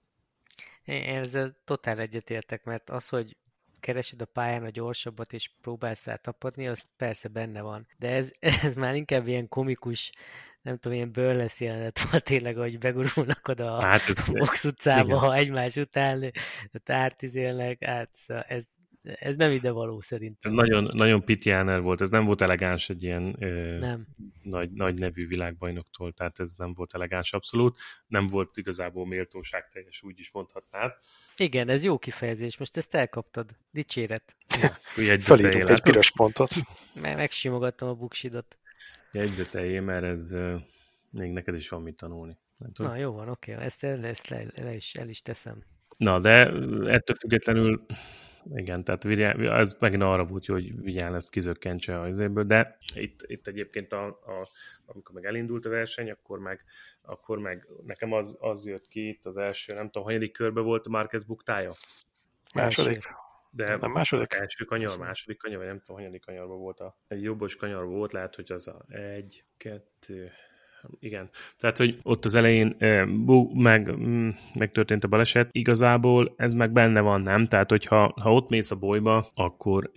Én ezzel totál egyetértek, mert az, hogy keresed a pályán a gyorsabbat, és próbálsz rá tapadni, az persze benne van. De ez, ez már inkább ilyen komikus, nem tudom, ilyen burlesz jelenet volt tényleg, hogy begurulnak oda a hát box utcába, ha egymás után átizélnek, hát ez, ez nem ide való szerintem. Nagyon, nagyon pitjáner volt, ez nem volt elegáns egy ilyen nem. Nagy, nagy nevű világbajnoktól, tehát ez nem volt elegáns abszolút, nem volt igazából méltóságteljes, úgy is mondhatnád. Igen, ez jó kifejezés, most ezt elkaptad. Dicséret. Ja, felírunk egy piros pontot. Megsimogattam a buksidot. Jegyzeteljé, mert ez uh, még neked is van mit tanulni. Na jó van, oké, ezt, ezt le, le is, el is teszem. Na, de ettől függetlenül igen, tehát ez megint arra volt jó, hogy Vigyán ezt kizökkentse az évből, de itt, itt egyébként a, a, amikor meg elindult a verseny, akkor meg, akkor meg nekem az, az jött ki itt az első, nem tudom, hanyadik körben volt a Márquez buktája? Második. De nem második? Első kanyar, második kanyar, vagy nem tudom, hanyadik kanyarban volt. A, egy jobbos kanyar volt, lehet, hogy az a egy, kettő, igen. Tehát, hogy ott az elején meg, megtörtént a baleset, igazából ez meg benne van, nem? Tehát, hogyha ha ott mész a bolyba, akkor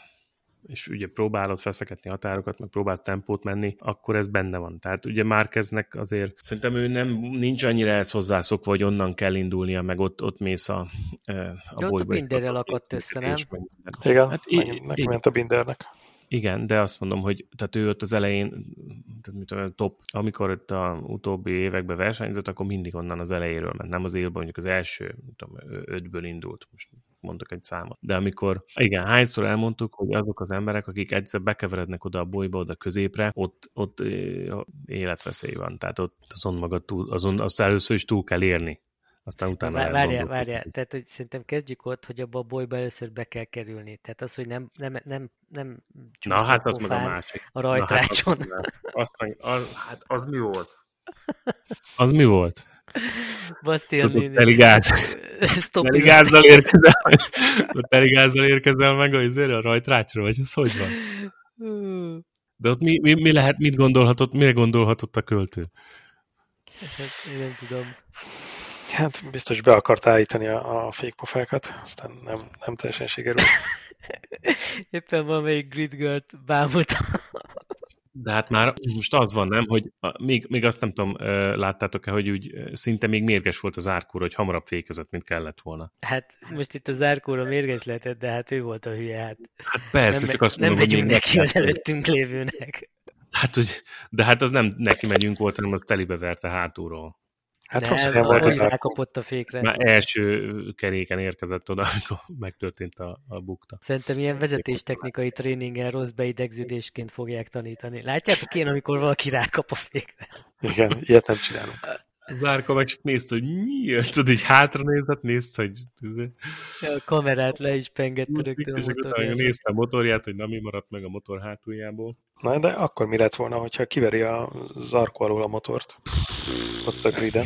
és ugye próbálod feszeketni határokat, meg próbálsz tempót menni, akkor ez benne van. Tehát ugye Márqueznek azért szerintem ő nem, nincs annyira ehhez hozzászokva, hogy onnan kell indulnia, meg ott, ott mész a, a bolyba. Ott a Binderrel akadt össze, nem? Igen, hát neki ment a Bindernek. Igen, de azt mondom, hogy tehát ő ott az elején, tehát mit tudom, top, amikor ott a utóbbi években versenyzett, akkor mindig onnan az elejéről ment, nem az élben, mondjuk az első, tudom, ötből indult, most mondok egy számot. De amikor, igen, hányszor elmondtuk, hogy azok az emberek, akik egyszer bekeverednek oda a bolyba, oda középre, ott, ott életveszély van, tehát ott azon maga túl, azon azt először is túl kell érni. Aztán utána várjál, várjál, tehát hogy szerintem kezdjük ott, hogy abba a bolyba először be kell kerülni. Tehát az, hogy nem, nem, nem, nem Na hát az meg a másik. A rajtrácson. Na, hát, az, az, az, hát az mi volt? Az mi volt? Basztian Teligáz. Teligázzal érkezel, teligázzal érkezel meg azért a rajtrácsra, vagy ez hogy van? De ott mi, mi, mi lehet, mit gondolhatott, mire gondolhatott a költő? Hát, én nem tudom. Hát biztos be akart állítani a, a fékpofákat, aztán nem, nem teljesen sikerült. Éppen valamelyik Grid Girl-t bámult. De hát már most az van, nem, hogy még, még azt nem tudom, láttátok-e, hogy úgy szinte még mérges volt az Zarco, hogy hamarabb fékezett, mint kellett volna. Hát most itt a Zarco mérges lehetett, de hát ő volt a hülye. Hát, hát persze, nem, csak azt nem mondom, hogy megyünk neki az előttünk lévőnek. Hát, hogy, de hát az nem neki megyünk volt, hanem az telibe verte hátulról. Hát rossz helyen volt az rákapott a fékre. Már első keréken érkezett oda, amikor megtörtént a, a bukta. Szerintem ilyen vezetéstechnikai tréningen rossz beidegződésként fogják tanítani. Látjátok én, amikor valaki rákap a fékre? Igen, ilyet nem csinálunk. Zárka meg csak nézte, hogy miért, tudod, így hátra nézett, nézte, hogy... A kamerát le is pengette rögtön a motorját. Nézte a motorját, hogy nem mi maradt meg a motor hátuljából. Na, de akkor mi lett volna, hogyha kiveri a Zarco alól a motort? Ott a griden.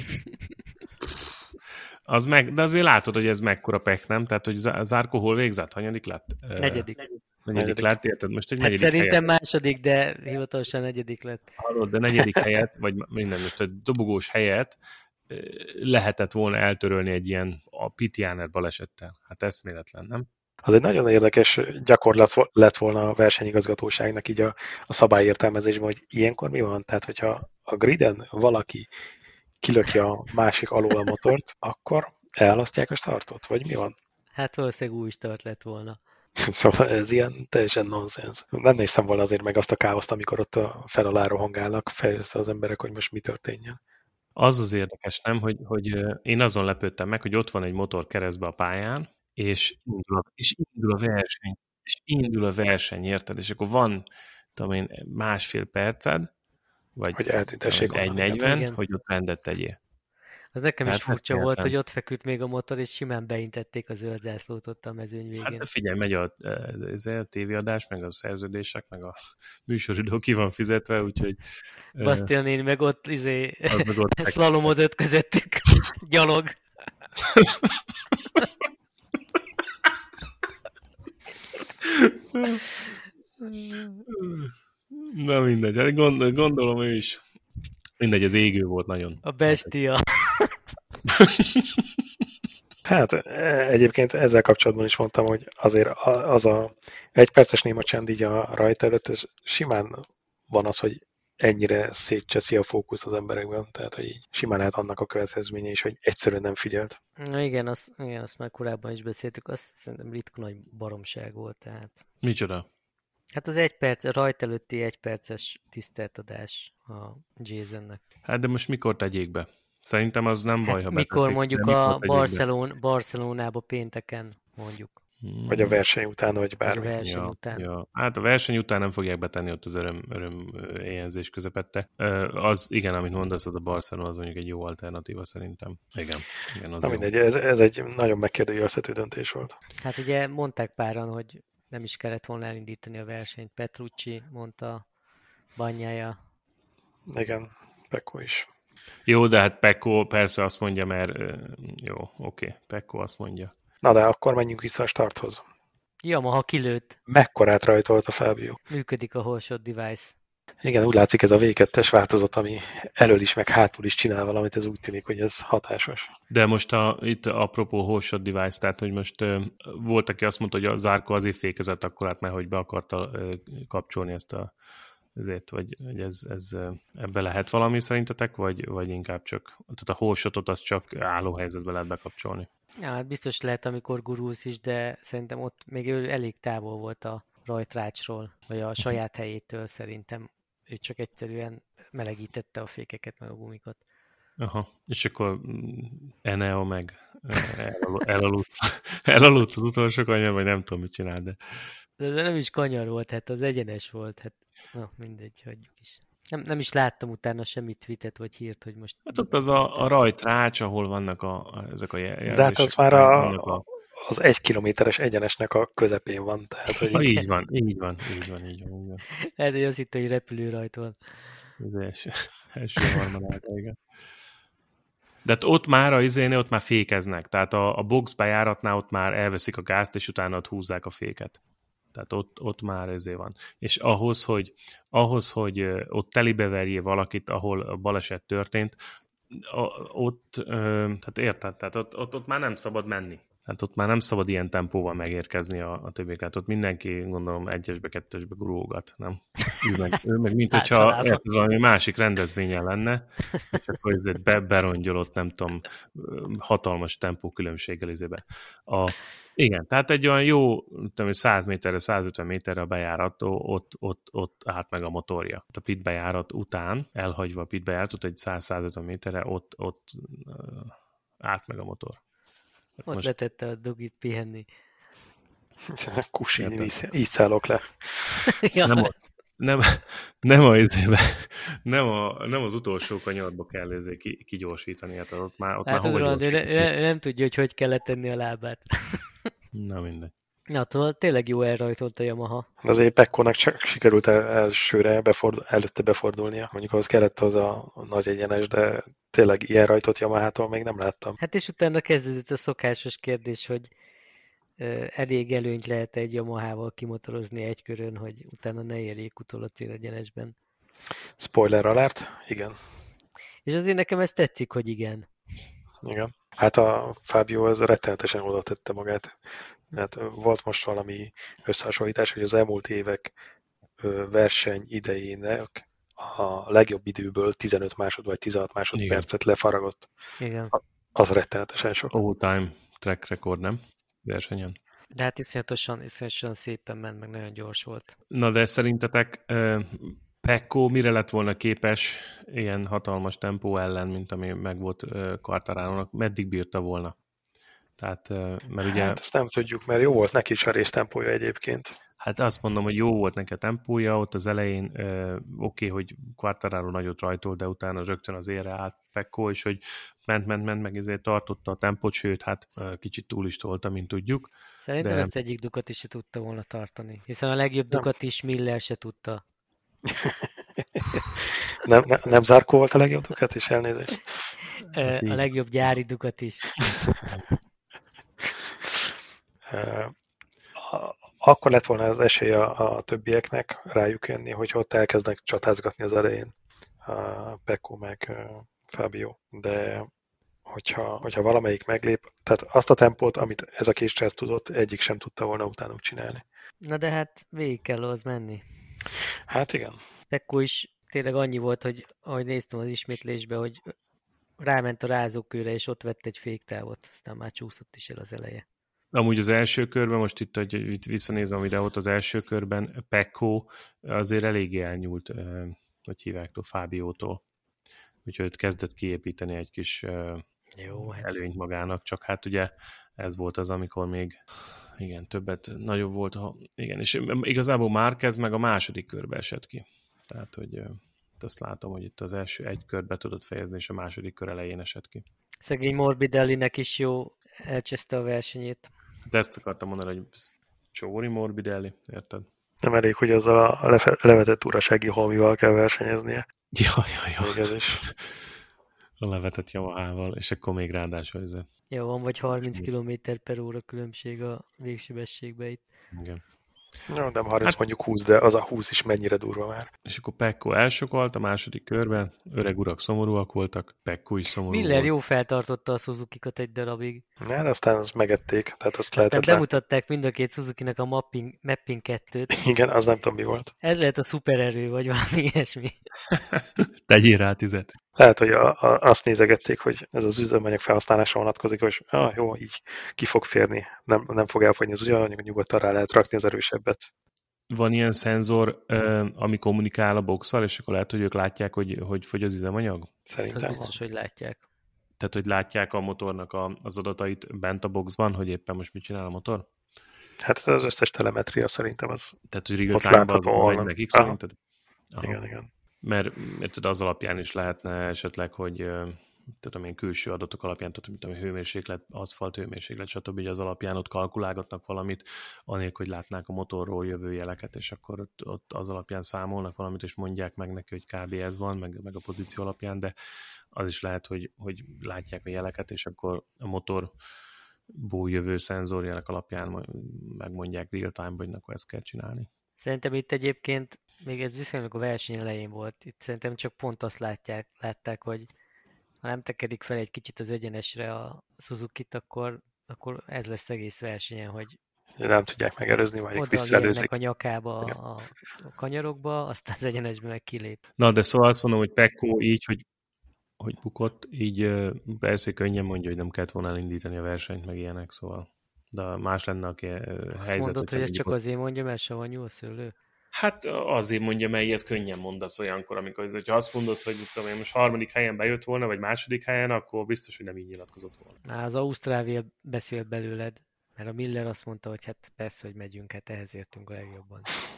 Az meg, de azért látod, hogy ez mekkora pech, nem? Tehát, hogy Zarco hol végzett? Hanyadik lett? Negyedik. Negyedik, negyedik lett, érted? Most egy hát negyedik szerintem helyet. második, de hivatalosan negyedik lett. Hallod, de negyedik helyet, vagy minden most egy dobogós helyet lehetett volna eltörölni egy ilyen a Pitjáner balesettel. Hát eszméletlen, nem? Az egy nagyon érdekes gyakorlat lett volna a versenyigazgatóságnak így a, a szabályértelmezésben, hogy ilyenkor mi van? Tehát, hogyha a griden valaki kilökje a másik alól a motort, akkor elhalasztják a startot, vagy mi van? Hát valószínűleg új start lett volna. Szóval ez ilyen teljesen nonsens. Nem néztem volna azért meg azt a káoszt, amikor ott a fel alá rohangálnak, fejleszte az emberek, hogy most mi történjen. Az az érdekes, nem, hogy, hogy én azon lepődtem meg, hogy ott van egy motor keresztbe a pályán, és indul a, és indul a verseny, és indul a verseny, érted? És akkor van, tudom én, másfél perced, vagy Hogy eltüntessék egy onnan, igen. negyven, Igen. hogy ott rendet tegyél. Az nekem Tehát is furcsa nem volt, értem. hogy ott feküdt még a motor, és simán beintették a zöld zászlót ott a mezőny végén. Hát de figyelj, megy a, ez a tévéadás, meg a szerződések, meg a műsoridő ki van fizetve, úgyhogy... Bastian néni meg ott izé, az meg ott szlalomozott közöttük, gyalog. Na mindegy, hát gond, gondolom ő is. Mindegy, az égő volt nagyon. A bestia. Hát e- egyébként ezzel kapcsolatban is mondtam, hogy azért a- az a egy perces néma csend így a rajta előtt, ez simán van az, hogy ennyire szétcseszi a fókusz az emberekben, tehát hogy így simán lehet annak a következménye is, hogy egyszerűen nem figyelt. Na igen, azt, igen, azt már korábban is beszéltük, azt szerintem ritka nagy baromság volt, tehát. Micsoda? Hát az egy perc, rajt előtti egy perces tiszteltadás a Jasonnek. Hát de most mikor tegyék be? Szerintem az nem baj, Hát ha mikor beteszik, mondjuk de a mikor tegyék be? Barcelon, Barcelonába pénteken mondjuk. Hmm. Vagy a verseny után, vagy Vagy a bármi. verseny Ja, után. ja. Hát a verseny után nem fogják betenni ott az öröm, öröm ö, éjjelzés közepette. Ö, Az igen, amit mondasz, az a Barcelona, az mondjuk egy jó alternatíva szerintem. Igen, igen az Na jó. mindegy, ez, ez egy nagyon megkérdőjelezhető döntés volt. Hát ugye mondták páran, hogy nem is kellett volna elindítani a versenyt. Petrucci mondta, Bagnaia. Igen, Pecco is. Jó, de hát Pecco persze azt mondja, mert ö, jó, oké, Pecco azt mondja. Na de akkor menjünk vissza a starthoz. Yamaha kilőtt. Mekkorát rajtolt a Fabio? Működik a Whole-Shot device. Igen, úgy látszik ez a vé kettes változat, ami elől is, meg hátul is csinál valamit, ez úgy tűnik, hogy ez hatásos. De most a, itt apropó Whole Shot device, tehát hogy most ö, volt, aki azt mondta, hogy a Zarco azért fékezett akkor át, mert hogy be akarta ö, kapcsolni ezt a ezért, vagy hogy ez, ez ö, ebbe lehet valami szerintetek, vagy, vagy inkább csak, tehát a Whole Shotot azt csak álló helyzetbe lehet bekapcsolni. Ja, hát biztos lehet, amikor gurulsz is, de szerintem ott még ő elég távol volt a rajtrácsról, vagy a saját helyétől szerintem. Ő csak egyszerűen melegítette a fékeket, meg a gumikat. Aha, és akkor mm, Eneo meg ö, elal- elaludt, elaludt az utolsó kanyar, vagy nem tudom, mit csinál, de De, de nem is kanyar volt, hát az egyenes volt, hát na mindegy, hagyjuk is. Nem, nem is láttam utána semmi tweetet vagy hírt, hogy most... hát ott az a, a rajtrács, ahol vannak a, a, ezek a jelzések. De hát az már a, vannak a az egy kilométeres egyenesnek a közepén van, tehát hogy Ha, így van, így van, így van, így van. Így van. Lehet, hogy azt hitt, hogy repülő rajt van. Az első, első harmadága, igen. De hát ott már a izénél, ott már fékeznek. Tehát a, a box bejáratnál ott már elveszik a gázt, és utána ott húzzák a féket. Tehát ott, ott már ezé van. És ahhoz, hogy, ahhoz, hogy ö, ott telibeverjél valakit, ahol a baleset történt, a, ott, ö, hát érted, tehát ott, ott, ott már nem szabad menni. Tehát ott már nem szabad ilyen tempóval megérkezni a, a többieket. Ott mindenki, gondolom, egyesbe, kettesbe gurulgat, nem? Ő meg, ő meg mint hogyha Általában. érted, valami másik rendezvényen lenne, és akkor ez be, berongyolott, nem tudom, hatalmas tempó különbséggel izébe. A, igen, tehát egy olyan jó, tudom, száz méterre, százötven méterre a bejárattól, ott, ott, ott állt meg a motorja. A pit bejárat után, elhagyva a pit bejáratot, egy száz-százötven méterre, ott, ott uh, állt meg a motor. Ott Most- letette a dugit pihenni. kusi, Értem. így, így szállok le. Ja, nem, a, nem, nem, a, izébe, nem, a, nem az utolsó kanyarba kell ezért ki, kigyorsítani, hát ott már, ott hát már az hova Roland, ő, ne, gyorsítani? ő nem tudja, hogy hogy kell letenni a lábát. Na mindegy. Na, tudod, tényleg jó elrajtolt a Yamaha. De azért Peccónak csak sikerült el, elsőre befordul, előtte befordulnia. Mondjuk ahhoz kellett az a, a nagy egyenes, de tényleg ilyen rajtot Yamahától még nem láttam. Hát és utána kezdődött a szokásos kérdés, hogy ö, elég előnyt lehet egy Yamahával kimotorozni egy körön, hogy utána ne érjék utol a célegyenesben. Spoiler alert, igen. És azért nekem ez tetszik, hogy igen. Igen. Hát a Fabio az rettenetesen oda tette magát. Hát volt most valami összehasonlítás, hogy az elmúlt évek ö, verseny idejének a legjobb időből tizenöt másod vagy tizenhat másodpercet lefaragott. Igen. Az rettenetesen sok. All-time track record, nem? Versenyen. De hát iszonyatosan, iszonyatosan szépen ment, meg nagyon gyors volt. Na de szerintetek, ö, Pecco mire lett volna képes ilyen hatalmas tempó ellen, mint ami meg volt Quartararónak, meddig bírta volna? Tehát, mert ugye... Hát ezt nem tudjuk, mert jó volt neki is a résztempója egyébként. Hát azt mondom, hogy jó volt neki a tempója, ott az elején oké, okay, hogy Quartararo nagyot rajtolt, de utána rögtön az érre állt Pecco, és hogy ment, ment, ment, meg ezért tartotta a tempót, sőt, hát kicsit túl is tolta, mint tudjuk. Szerintem de... ezt egyik Ducati se tudta volna tartani, hiszen a legjobb Ducati is Miller se tudta. nem, nem, nem Zarco volt a legjobb Ducati is, elnézést? A legjobb gyári Ducati is. Akkor lett volna az esély a, a többieknek rájuk jönni, hogy ott elkezdnek csatázgatni az elején a Pecco meg Fabio, de hogyha, hogyha valamelyik meglép, tehát azt a tempót, amit ez a kis csesz tudott, egyik sem tudta volna utánuk csinálni. Na de hát végig kell az menni. Hát igen. Pecco is tényleg annyi volt, hogy ahogy néztem az ismétlésbe, hogy ráment a rázókőre, és ott vett egy féktávot, aztán már csúszott is el az eleje. Amúgy az első körben, most itt, hogy itt visszanézem a videót, az első körben Pecco azért eléggé elnyúlt, hogy hívják, Fabiótól. Úgyhogy kezdett kiépíteni egy kis Jó, hát. előnyt magának, csak hát ugye ez volt az, amikor még igen, többet, nagyobb volt, ha, igen, és igazából Márquez meg a második körbe esett ki. Tehát, hogy azt látom, hogy itt az első egy kört be tudott fejezni, és a második kör elején esett ki. Szegény Morbidellinek is jó elcseszte a versenyét. De ezt akartam mondani, hogy Csóri Morbidelli, érted? Nem elég, hogy azzal a lefe- levetett urasági holmival kell versenyeznie. Ja, ja, ja. Még ez is. A levetett Yamahával, és akkor még ráadásul ez. Jó, van vagy harminc kilométer per óra különbség a végsebességbe itt. Igen. No, nem harminc, hát, mondjuk húsz, de az a húsz is mennyire durva már. És akkor Pecco elsokolt a második körben, öreg urak szomorúak voltak, Pecco is szomorú Miller volt. jó feltartotta a Suzuki-kat egy darabig. Ne, de aztán azt megették, tehát azt aztán lehetett bemutatták mind a két Suzuki-nak a mapping, mapping kettőt. Igen, az nem tudom mi volt. Ez lehet a szupererő, vagy valami ilyesmi. Tegyél rá tizet. Lehet, hogy a, a, azt nézegették, hogy ez az üzemanyag felhasználásra vonatkozik, hogy ah, jó, így ki fog férni, nem, nem fog elfogyni az üzemanyag, nyugodtan rá lehet rakni az erősebbet. Van ilyen szenzor, ami kommunikál a boxszal, és akkor lehet, hogy ők látják, hogy, hogy fogy az üzemanyag? Szerintem az biztos, van. hogy látják. Tehát, hogy látják a motornak a, az adatait bent a boxban, hogy éppen most mit csinál a motor? Hát az összes telemetria szerintem az. Tehát, hogy real time-ban megy nekik szerinted? Igen, igen. Mert érted, az alapján is lehetne esetleg, hogy tudom én, külső adatok alapján, tehát mint a hőmérséklet, aszfalt hőmérséklet, stb. Az alapján ott kalkulálgatnak valamit, anélkül, hogy látnák a motorról jövő jeleket, és akkor ott, ott az alapján számolnak valamit, és mondják meg neki, hogy kb. Ez van, meg, meg a pozíció alapján, de az is lehet, hogy, hogy látják a jeleket, és akkor a motorból jövő szenzorjelek alapján megmondják real time-ban, hogy akkor ezt kell csinálni. Szerintem itt egyébként, még ez viszonylag a verseny elején volt, itt szerintem csak pont azt látják, látták, hogy ha nem tekedik fel egy kicsit az egyenesre a Suzuki-t, akkor, akkor ez lesz egész versenyen, hogy nem tudják megelőzni, vagy visszaelőzik. a nyakába a, a kanyarokba, aztán az egyenesbe meg kilép. Na, de szóval azt mondom, hogy Pecco így, hogy, hogy bukott, így persze könnyen mondja, hogy nem kellett volna elindítani a versenyt, meg ilyenek, szóval. De más lenne, aki helyzet. Azt mondod, hogy ezt csak ott... azért mondja, mert savanyú a szőlő? Hát azért mondja, mert ilyet könnyen mondasz olyankor, amikor ez, hogyha azt mondod, hogy tudom én, most harmadik helyen bejött volna, vagy második helyen, akkor biztos, hogy nem így nyilatkozott volna. Na, az Ausztrália beszélt belőled, mert a Miller azt mondta, hogy hát persze, hogy megyünk, hát ehhez értünk a legjobban.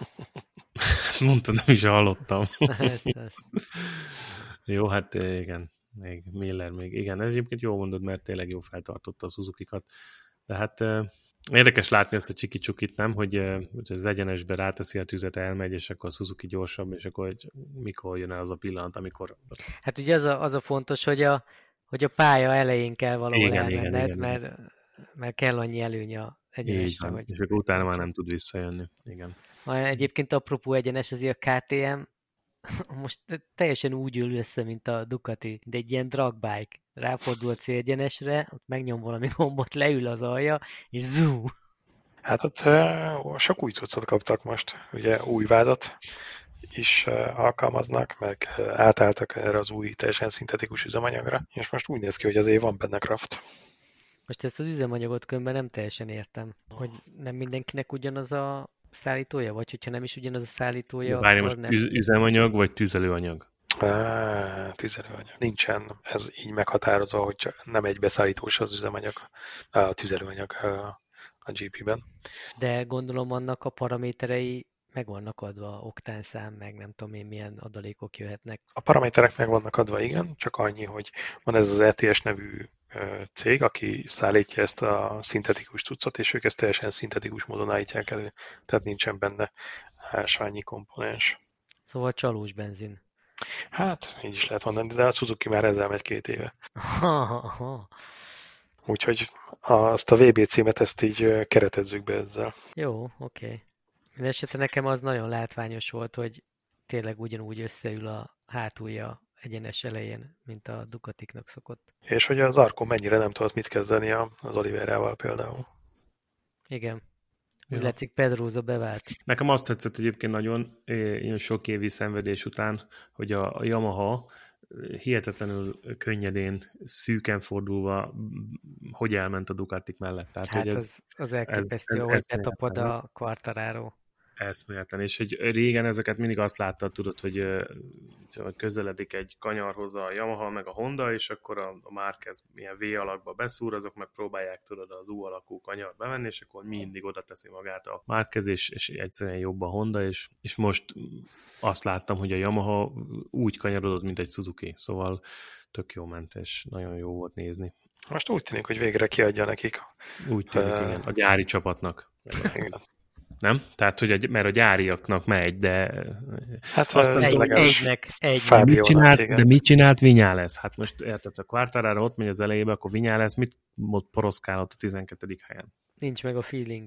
Ezt mondtad, nem is hallottam. ezt, ezt. Jó, hát igen, még Miller még. Igen, ez egyébként jól mondod, mert tényleg jó feltartotta a Suzuki-kat. De hát érdekes látni ezt a csiki-csukit, nem? Hogy, hogy az egyenesbe ráteszi a tüzet, elmegy, és akkor a Suzuki gyorsabb, és akkor hogy mikor jön el az a pillanat, amikor... Hát ugye az a, az a fontos, hogy a, hogy a pálya elején kell valahol igen, elmenned, igen, igen, mert, igen. mert kell annyi előny a egyenesre. Hogy... És akkor utána már nem tud visszajönni. Igen. Egyébként apropó egyenes, azért a ká té em most teljesen úgy ül össze, mint a Ducati, de egy ilyen drag bike. Ráfordul a célegyenesre, ott megnyom valami gombot, leül az alja, és zú! Hát ott uh, sok új cuccot kaptak most. Ugye új vádat is uh, alkalmaznak, meg uh, átálltak erre az új, teljesen szintetikus üzemanyagra, és most úgy néz ki, hogy azért van benne kraft. Most ezt az üzemanyagot különben nem teljesen értem, hogy nem mindenkinek ugyanaz a szállítója, vagy hogyha nem is ugyanaz a szállítója, Várj, akkor most nem. üz- üzemanyag vagy tüzelőanyag? Á, tüzelőanyag. Nincsen ez így meghatározva, hogy csak nem egy beszállítós az üzemanyag, a tüzelőanyag a gé pé-ben. De gondolom annak a paraméterei meg vannak adva, oktánszám, meg nem tudom én milyen adalékok jöhetnek. A paraméterek meg vannak adva, igen, csak annyi, hogy van ez az é té es nevű cég, aki szállítja ezt a szintetikus cuccot, és ők ezt teljesen szintetikus módon állítják elő, tehát nincsen benne ásványi komponens. Szóval csalós benzin. Hát, így is lehet mondani, de a Suzuki már ezzel megy két éve. Úgyhogy azt a vé bé címet ezt így keretezzük be ezzel. Jó, oké. Okay. Mindenesetre nekem az nagyon látványos volt, hogy tényleg ugyanúgy összeül a hátulja egyenes elején, mint a Ducatiknak szokott. És hogy az Arco mennyire nem tudott mit kezdeni az Oliveirával például. Igen. Úgy Ja. látszik, Pedrosa bevált. Nekem azt tetszett egyébként nagyon, ilyen sok évi szenvedés után, hogy a, a Yamaha hihetetlenül könnyedén, szűken fordulva, hogy elment a Ducatik mellett. Tehát, Hát hogy ez, az, az elképesztő, ez- ahogy ez betapad a Quartararo. eszméletlen. És hogy régen ezeket mindig azt láttad, tudod, hogy ö, hogy közeledik egy kanyarhoz a Yamaha, meg a Honda, és akkor a, a Márquez ilyen V alakba beszúr, azok meg próbálják, tudod, az U alakú kanyart bevenni, és akkor mindig oda teszi magát a Márquez, és, és egyszerűen jobb a Honda, és, és most azt láttam, hogy a Yamaha úgy kanyarodott, mint egy Suzuki, szóval tök jó ment, és nagyon jó volt nézni. Most úgy tűnik, hogy végre kiadja nekik. Úgy tűnik, Ö, igen, a gyári csapatnak. Igen. Nem? Tehát, hogy a, mert a gyáriaknak megy, de Hát Aztán Egy, legalábbis egynek, egynek. Fábio- mit csinált, igen. de mit csinált Viñales? Hát most érted, a Quartararo ott megy az elejébe, akkor Viñales mit ott poroszkálott a tizenkettedik helyen? Nincs meg a feeling.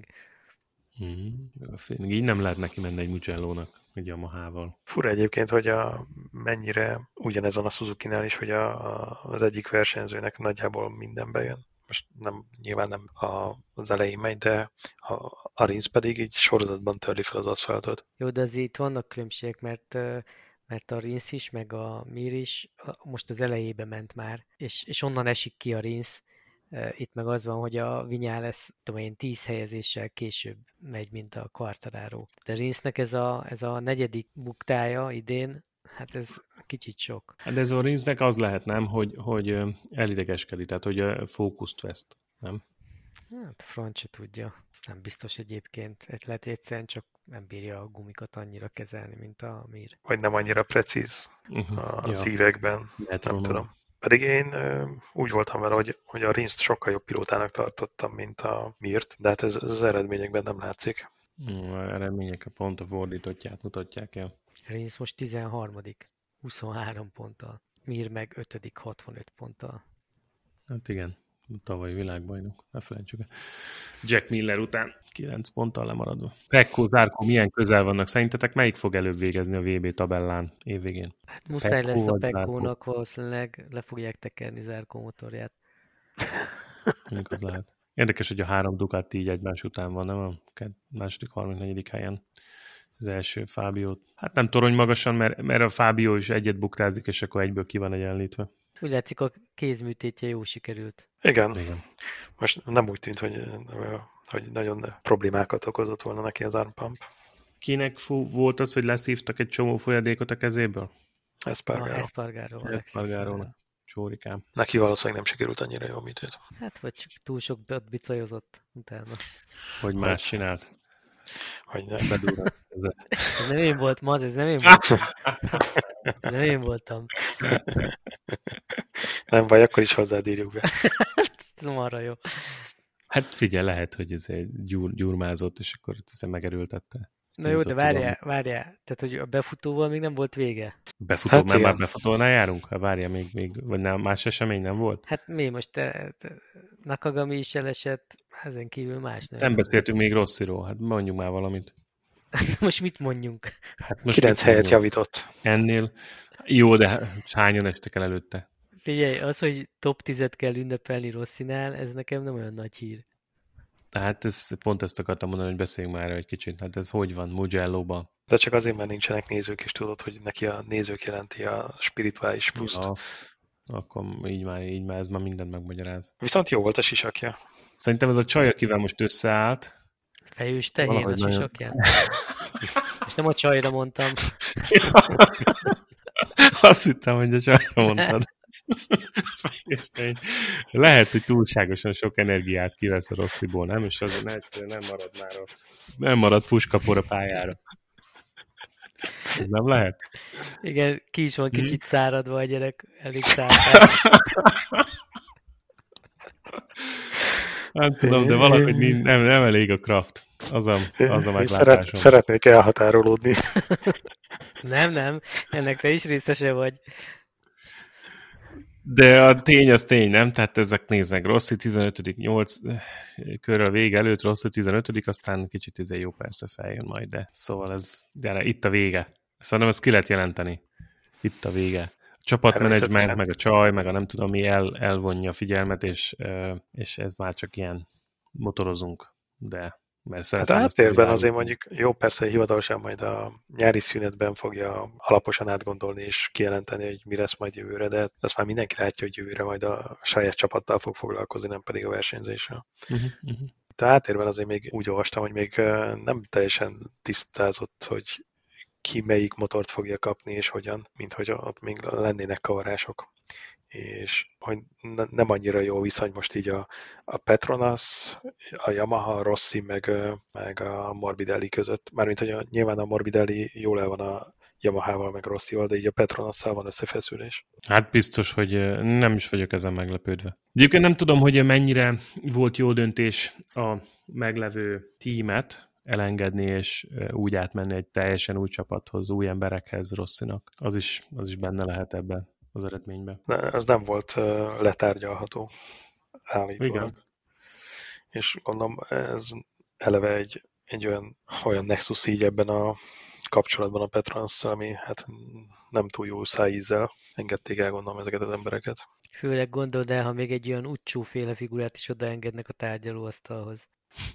Mm-hmm. Így nem lehet neki menni egy Mugello-nak, egy Yamahával. Fura egyébként, hogy a, mennyire ugyanez van a Suzuki-nál is, hogy a, a, az egyik versenyzőnek nagyjából minden bejön. Most nem, nyilván nem a, az elején megy, de a, a Rins pedig így sorozatban törli fel az aszfaltot. Jó, de azért itt vannak különbségek, mert, ö, mert a Rins is, meg a Mir is a- most az elejébe ment már, és, és onnan esik ki a Rins. Ö, Itt meg az van, hogy a Viñales, tudom én, tíz helyezéssel később megy, mint a Quartararo. De Rinsnek ez a, ez a negyedik buktája idén, hát ez kicsit sok. Hát de ez a Rinsnek az lehet, nem, hogy, hogy ö, elidegeskedik, tehát hogy ö, fókuszt veszt, nem? Hát a franc se tudja. Nem biztos egyébként. Egy lehet egyszerűen csak nem bírja a gumikat annyira kezelni, mint a Mir. Vagy nem annyira precíz Uh-huh. a szívekben, nem tudom. tudom. Pedig én ö, úgy voltam vele, hogy, hogy a Rinst sokkal jobb pilótának tartottam, mint a Mirt, de hát ez, ez az eredményekben nem látszik. Mm, a eredmények pont a fordítottját mutatják el. Rins most tizenharmadik huszonhárom ponttal. Mir meg ötödik hatvanöt ponttal. Hát igen, tavaly világbajnok, ne felejtsük el. Jack Miller után kilenc ponttal lemaradva. Pecco, Zarco milyen közel vannak? Szerintetek melyik fog előbb végezni a vé bé tabellán évvégén? Hát muszáj Pecco lesz a vagy Peccónak, valószínűleg le fogják tekerni Zarco motorját. Mondjuk az lehet. Érdekes, hogy a három Ducati így egymás után van, nem? A ked- második, harmadik, negyedik helyen. Az első Fábio. Hát nem torony magasan, mert, mert a Fábio is egyet buktázik, és akkor egyből ki van egyenlítve. Úgy látszik, a kézműtétje jó sikerült. Igen, Igen. most nem úgy tűnt, hogy, ö, hogy nagyon problémákat okozott volna neki az armpump. Kinek fú, volt az, hogy leszívtak egy csomó folyadékot a kezéből? A Espargaro. Espargaro. Alexis Espargarónak. Csórikám. Neki valószínűleg nem sikerült annyira jól, mint őt. Hát vagy csak túl sok bicajozott utána. Hogy más csinált. Hogy nem. Bedurrant ezzel. Ez nem én voltam, az, ez nem én voltam. Ez nem én voltam. Nem baj, akkor is hozzád írjuk be. Ez marra jó. Hát figyelj, lehet, hogy ez egy gyúr, gyurmázott, és akkor ezt megerőltette. Na jó, de Tudod, várjál, várjál. Tehát, hogy a befutóval még nem volt vége. Befutó, Hát hát már, igen. már befutónál járunk? Hát várjál, még, még, vagy nem, más esemény nem volt? Hát mi most te, te Nakagami is elesett, ezen kívül más nem. Nem beszéltünk még Rossiról, hát mondjuk már valamit. Most mit mondjunk? Hát most Kilenc mit helyet mondjunk? javított. Ennél. Jó, de hát hányan estek el előtte? Figyelj, az, hogy top tízet kell ünnepelni Rossinál, ez nekem nem olyan nagy hír. Tehát ez, pont ezt akartam mondani, hogy beszéljünk már egy kicsit. Hát ez hogy van Mugello-ban? De csak azért, mert nincsenek nézők, és tudod, hogy neki a nézők jelenti a spirituális pluszt. Ja, akkor így már, így már ez már mindent megmagyaráz. Viszont jó volt a sisakja. Szerintem ez a csaj, akivel most összeállt, Fejős tehén a Valahogy nagyon- sisakján? És nem a csajra mondtam. Azt hittem, hogy a csajra mondtad. Lehet, hogy túlságosan sok energiát kivesz a Rossiból, nem? És azon egyszerűen nem marad már ott. Nem marad puskapor a pályára. Ez nem lehet? Igen, ki is van kicsit száradva a gyerek, elég szárkás. Nem tudom, de valahogy nincs- nem, nem elég a Kraft. Az a, az a Én szeret, meglátásom. szeretnék elhatárolódni. Nem, nem, ennek te is részese vagy. De a tény az tény, nem? Tehát ezek néznek. Rossi tizenötödik nyolc körrel vége előtt, Rossi tizenötödik aztán kicsit izé jó persze feljön majd, de szóval ez, gyere, itt a vége. Szerintem ezt ki lehet jelenteni. Itt a vége. A csapatmenedzsment, Természetesen. meg a csaj, meg a nem tudom mi el, elvonja a figyelmet, és, ö, és ez már csak ilyen motorozunk, de mert Hát szeretem a ezt a háttérben világot. azért mondjuk, jó, persze hivatalosan majd a nyári szünetben fogja alaposan átgondolni és kijelenteni, hogy mi lesz majd jövőre, de ezt már mindenki látja, hogy jövőre majd a saját csapattal fog foglalkozni, nem pedig a versenyzéssel. Uh-huh, uh-huh. Itt a háttérben azért még úgy olvastam, hogy még ö, nem teljesen tisztázott, hogy ki melyik motort fogja kapni és hogyan, mint hogy ott még lennének kavarások. És hogy ne- nem annyira jó viszony most így a, a Petronas, a Yamaha, a Rossi, meg, ö, meg a Morbidelli között. Mármint, hogy a, nyilván a Morbidelli jól el van a Yamahával, meg Rossival, de így a Petronasszal van összefeszülés. Hát biztos, hogy ö, nem is vagyok ezen meglepődve. Egyébként nem tudom, hogy mennyire volt jó döntés a meglevő tímet elengedni, és ö, úgy átmenni egy teljesen új csapathoz, új emberekhez, Rossinak. Az is, az is benne lehet ebben az eredményben. Ne, az nem volt ö, letárgyalható állítólag. Igen. És gondolom ez eleve egy, egy olyan, olyan nexus így ebben a kapcsolatban a Petronasszal, ami hát nem túl jó szájízzel engedték el, gondolom, ezeket az embereket. Főleg gondold el, ha még egy olyan útcsúféle figurát is odaengednek a tárgyalóasztalhoz.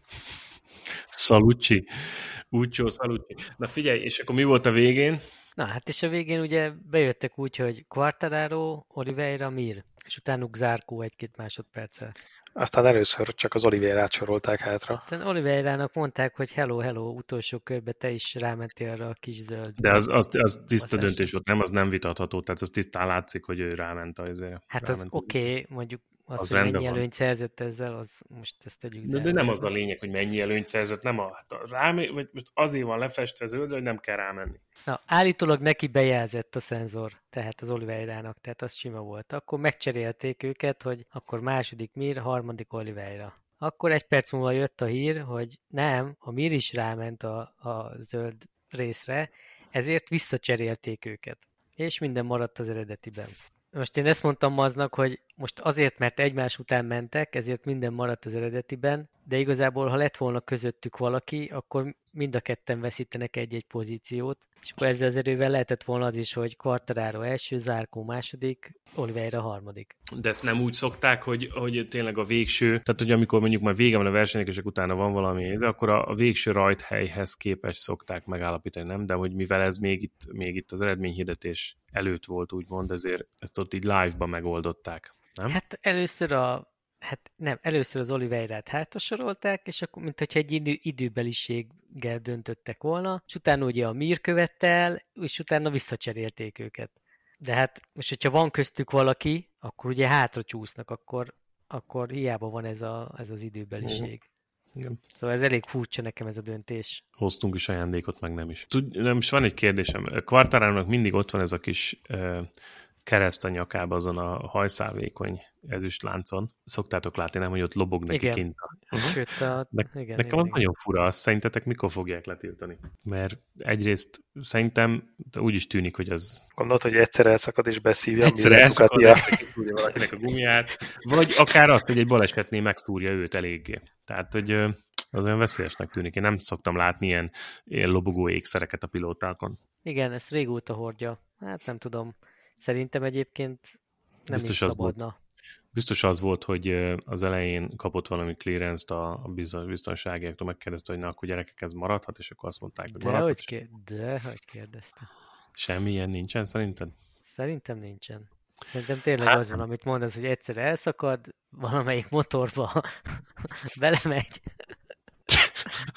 Szalucci. Úgycsó Szalucci. Na figyelj, és akkor mi volt a végén? Na hát és a végén ugye bejöttek úgy, hogy Quartararo, Oliveira, Mir, és utánuk Zarco egy-két másodperccel. Aztán először csak az Oliveirát sorolták hátra. Aztán Oliveirának mondták, hogy hello, hello, utolsó körbe te is rámentél arra a kis zöld. De az, az, az tiszta Baszás. döntés volt, nem? Az nem vitatható, tehát az tisztán látszik, hogy ő ráment azért. Hát az ráment. oké, okay, mondjuk az, Az az hogy rendben mennyi van. előnyt szerzett ezzel, az most ezt tegyük De, de zárójelbe. nem az a lényeg, hogy mennyi előnyt szerzett, nem a, hát a rámé, vagy most azért van lefestve zöldre, hogy nem kell rámenni. Na, állítólag neki bejelzett a szenzor, tehát az Oliveirának, tehát az sima volt. Akkor megcserélték őket, hogy akkor második Mir, harmadik Oliveira. Akkor egy perc múlva jött a hír, hogy nem, a Mir is ráment a, a zöld részre, ezért visszacserélték őket. És minden maradt az eredetiben. Most én ezt mondtam Maznak, hogy most azért, mert egymás után mentek, ezért minden maradt az eredetiben, de igazából, ha lett volna közöttük valaki, akkor mind a ketten veszítenek egy-egy pozíciót, és akkor ezzel az erővel lehetett volna az is, hogy Quartararo első, Zarco második, Oliveira harmadik. De ezt nem úgy szokták, hogy, hogy tényleg a végső, tehát hogy amikor mondjuk már vége van a versenynek, és utána van valami, de akkor a, a végső rajthelyhez képest szokták megállapítani, nem? De hogy mivel ez még itt, még itt az eredményhirdetés előtt volt, úgymond, ezért ezt ott így live-ban megoldották, nem? Hát először a Hát nem, először az Oliveirát hátra sorolták, és akkor mint hogyha egy idő, időbeliséggel döntöttek volna, és utána ugye a Mir követte el, és utána visszacserélték őket. De hát most, hogyha van köztük valaki, akkor ugye hátra csúsznak, akkor, akkor hiába van ez, a, ez az időbeliség. Igen. Szóval ez elég furcsa nekem ez a döntés. Hoztunk is ajándékot, meg nem is. Tud, nem is van egy kérdésem. Quartararonak mindig ott van ez a kis uh, kereszt a nyakába azon a hajszálvékony ezüst láncon. Szoktátok látni, nem, hogy ott lobog neki Igen. kint. Uh-huh. Sőt, a... De, igen, nekem igen, az igen. nagyon fura, azt szerintetek mikor fogják letiltani? Mert egyrészt szerintem úgy is tűnik, hogy az Gondolod, hogy egyszer elszakad és beszívja? egyszer minden elszakad, Ducatia? egyszer kiszúrja valakinek a gumiját, vagy akár az, hogy egy balesetnél megszúrja őt eléggé. Tehát, hogy ö, az olyan veszélyesnek tűnik. Én nem szoktam látni ilyen, ilyen lobogó ékszereket a pilótákon. Igen, ezt régóta hordja. Hát nem tudom. Szerintem egyébként nem Biztos is az szabadna. Biztos az volt, hogy ö, az elején kapott valami clearance-t a, a bizton- biztonságiaktól, megkérdezte, hogy na, akkor gyerekek, ez maradhat, és akkor azt mondták, hogy De maradhat. hogy, és kér... De hogy kérdezte? Semmilyen nincsen szerinted? Szerintem nincsen. Szerintem tényleg Hát az van, amit mondasz, hogy egyszer elszakad, valamelyik motorba belemegy,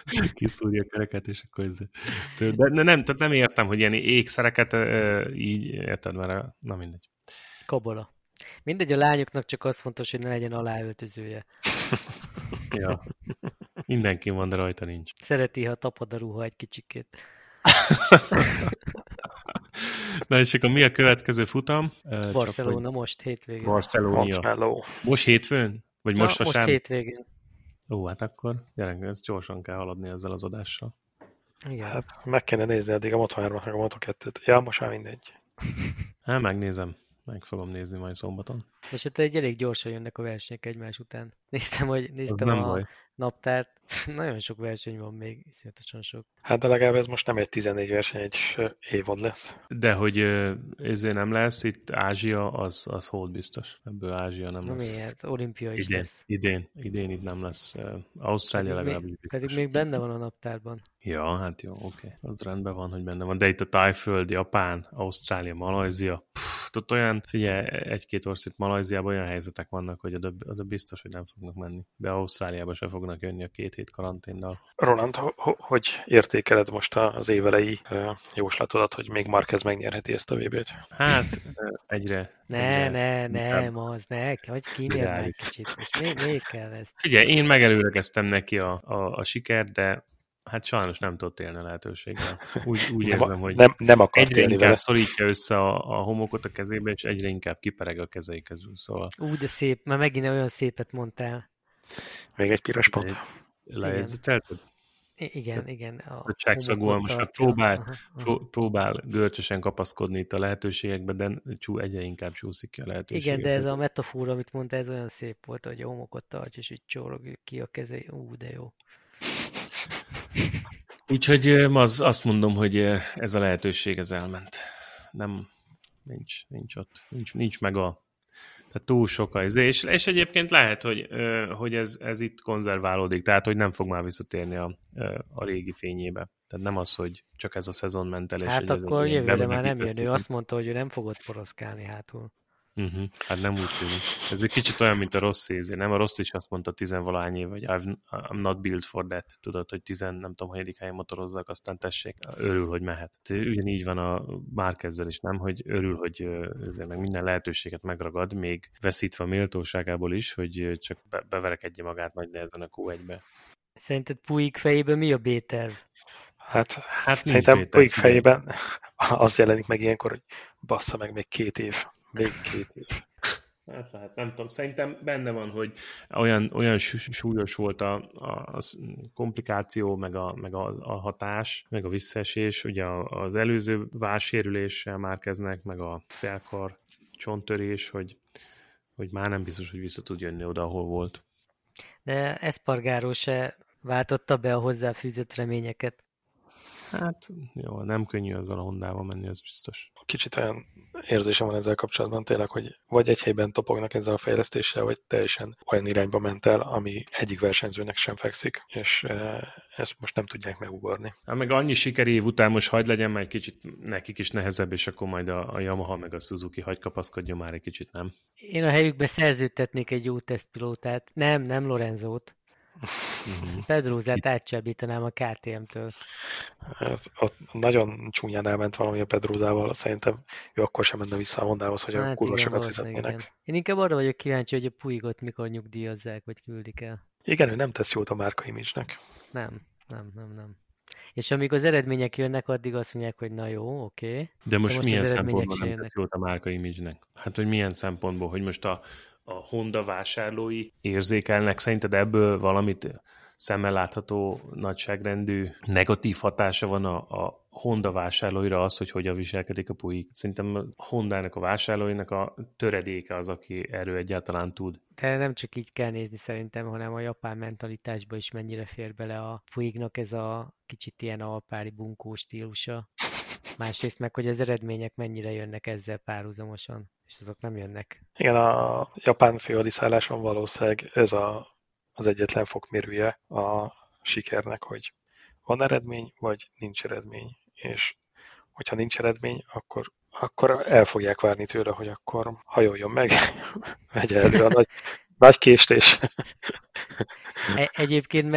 Kiszúrja a kereket, és akkor ez... De nem, tehát nem értem, hogy ilyen ékszereket így, érted, mert na mindegy. Kabola. Mindegy, a lányoknak csak az fontos, hogy ne legyen aláöltözője. Ja. Mindenki van, de rajta nincs. Szereti, ha tapad a ruha egy kicsikét. Na és akkor mi a következő futam? Barcelona, Csak, most hétvégén. Barcelona. Most hétfőn? Vagy Na, most vasárnap? Most hétvégén. Ó, hát akkor gyerek, gyorsan kell haladni ezzel az adással. Igen. Hát meg kéne nézni eddig a Moto hármat, meg a Moto kettőt. Ja, most már mindegy. Hát megnézem. Meg fogom nézni majd szombaton. És hát egy elég gyorsan jönnek a versenyek egymás után. Néztem, hogy néztem nem a baj. naptárt. Nagyon sok verseny van még, iszonyatosan sok. Hát de legalább ez most nem egy tizennégy verseny, egy évad lesz. De hogy ezért nem lesz, itt Ázsia, az, az hold biztos. Ebből Ázsia nem Na lesz. miért? Olimpia is idén, lesz. Idén, idén itt nem lesz. Ausztrália Pedig legalábbis még, biztos. pedig még benne van a naptárban. Ja, hát jó, oké. Okay. Az rendben van, hogy benne van. De itt a Tájföld, Japán, Ausztrália, Malajzia, pff, ott olyan, figyelj, egy-két ország Malajziában olyan helyzetek vannak, hogy oda, oda biztos, hogy nem fognak menni. De Ausztráliába se fognak jönni a két hét karanténnal. Roland, ho- hogy értékeled most az évelei jóslatodat, hogy még Márquez megnyerheti ezt a vé bét? Hát, egyre... Ne, egyre ne, nem, az, ne, hogy kíméld meg kicsit. Most miért, miért kell ezt? Figyelj, én megelőlegeztem neki a, a, a sikert, de hát sajnos nem tudott élni a lehetőséggel. Úgy, úgy nem, érzem, hogy nem, nem akart egyre élni inkább vele. szorítja össze a, a homokot a kezébe, és egyre inkább kipereg a kezei közül. Szóval... Úgy, de szép, mert megint olyan szépet mondtál. Még egy piros pont. Lejegyzetelted? Igen, Te, igen. A, a csákszagúan most már próbál, aha, aha. próbál görcsösen kapaszkodni itt a lehetőségekbe, de csú, egyre inkább csúszik ki a lehetőségekbe. Igen, de ez a metafora, amit mondta, ez olyan szép volt, hogy a homokot tarts, és így csórog ki a kezé. Ú, de jó. Úgyhogy az, azt mondom, hogy ez a lehetőség ez elment. Nem, nincs, nincs ott, nincs, nincs meg a tehát túl sok az. És, és egyébként lehet, hogy, hogy ez, ez itt konzerválódik, tehát hogy nem fog már visszatérni a, a régi fényébe. Tehát nem az, hogy csak ez a szezon ment el. És hát akkor ez jövőre már nem jön. Ő azt mondta, hogy ő nem fogott poroszkálni hátul. Uh-huh. Hát nem úgy tűnik. Ez egy kicsit olyan, mint a Rossi, ezért nem? A Rossi is azt mondta tizenvalahány év, hogy I've, I'm not built for that. Tudod, hogy tizen, nem tudom, hanyadik helyen motorozzak, aztán tessék, örül, hogy mehet. Ugyanígy van a Márquezzel is, nem? Hogy örül, hogy ezért meg minden lehetőséget megragad, még veszítve a méltóságából is, hogy csak be, beverekedje magát nagy nehezen a kú egybe. Szerinted Puig fejében mi a B-terv? Hát, hát szerintem Puig fejében az jelenik meg ilyenkor, hogy bassza meg még két év. Még két év. Hát, hát nem tudom, szerintem benne van, hogy olyan, olyan súlyos volt a, a, a komplikáció, meg, a, meg a, a hatás, meg a visszaesés, ugye az előző válsérüléssel Márqueznek, meg a felkar csonttörés, hogy, hogy már nem biztos, hogy vissza tud jönni oda, ahol volt. De Espargaró se váltotta be a hozzáfűzött reményeket. Hát jó, nem könnyű azzal a Hondával menni, az biztos. Kicsit olyan érzésem van ezzel kapcsolatban tényleg, hogy vagy egy helyben topognak ezzel a fejlesztéssel, vagy teljesen olyan irányba ment el, ami egyik versenyzőnek sem fekszik, és ezt most nem tudják megugorni. Hát meg annyi sikerév után most hagyd legyen már egy kicsit nekik is nehezebb, és akkor majd a, a Yamaha meg a Suzuki hagy kapaszkodjon már egy kicsit, nem? Én a helyükben szerződtetnék egy jó tesztpilótát. Nem, nem Lorenzót. Uh-huh. Pedrózát átcsábítanám a ká té em-től. Ez, ott nagyon csúnyán elment valami a Pedrózával, szerintem ő akkor sem menne vissza a Hondához, hogy hát a kurva sokat fizetnének. Én inkább arra vagyok kíváncsi, hogy a Puigot mikor nyugdíjazzák, vagy küldik el. Igen, ő nem tesz jót a márka image-nek. Nem, nem, nem, nem. És amíg az eredmények jönnek, addig azt mondják, hogy na jó, oké. Okay. De most, De most milyen szempontból nem tesz jót a márka image-nek? Hát, hogy milyen szempontból, hogy most a a Honda vásárlói érzékelnek, szerinted ebből valamit szemmel látható nagyságrendű negatív hatása van a, a Honda vásárlóira az, hogy hogyan viselkedik a Puig. Szerintem a Hondának a vásárlóinak a töredéke az, aki erről egyáltalán tud. De nem csak így kell nézni szerintem, hanem a japán mentalitásba is mennyire fér bele a Puignak ez a kicsit ilyen alpári bunkó stílusa. Másrészt meg, hogy az eredmények mennyire jönnek ezzel párhuzamosan, és azok nem jönnek. Igen, a japán főhadiszálláson valószínűleg ez a, az egyetlen fokmérője a sikernek, hogy van eredmény, vagy nincs eredmény. És hogyha nincs eredmény, akkor, akkor el fogják várni tőle, hogy akkor hajoljon meg, vegye elő a nagy, nagy kést, és... E- egyébként meg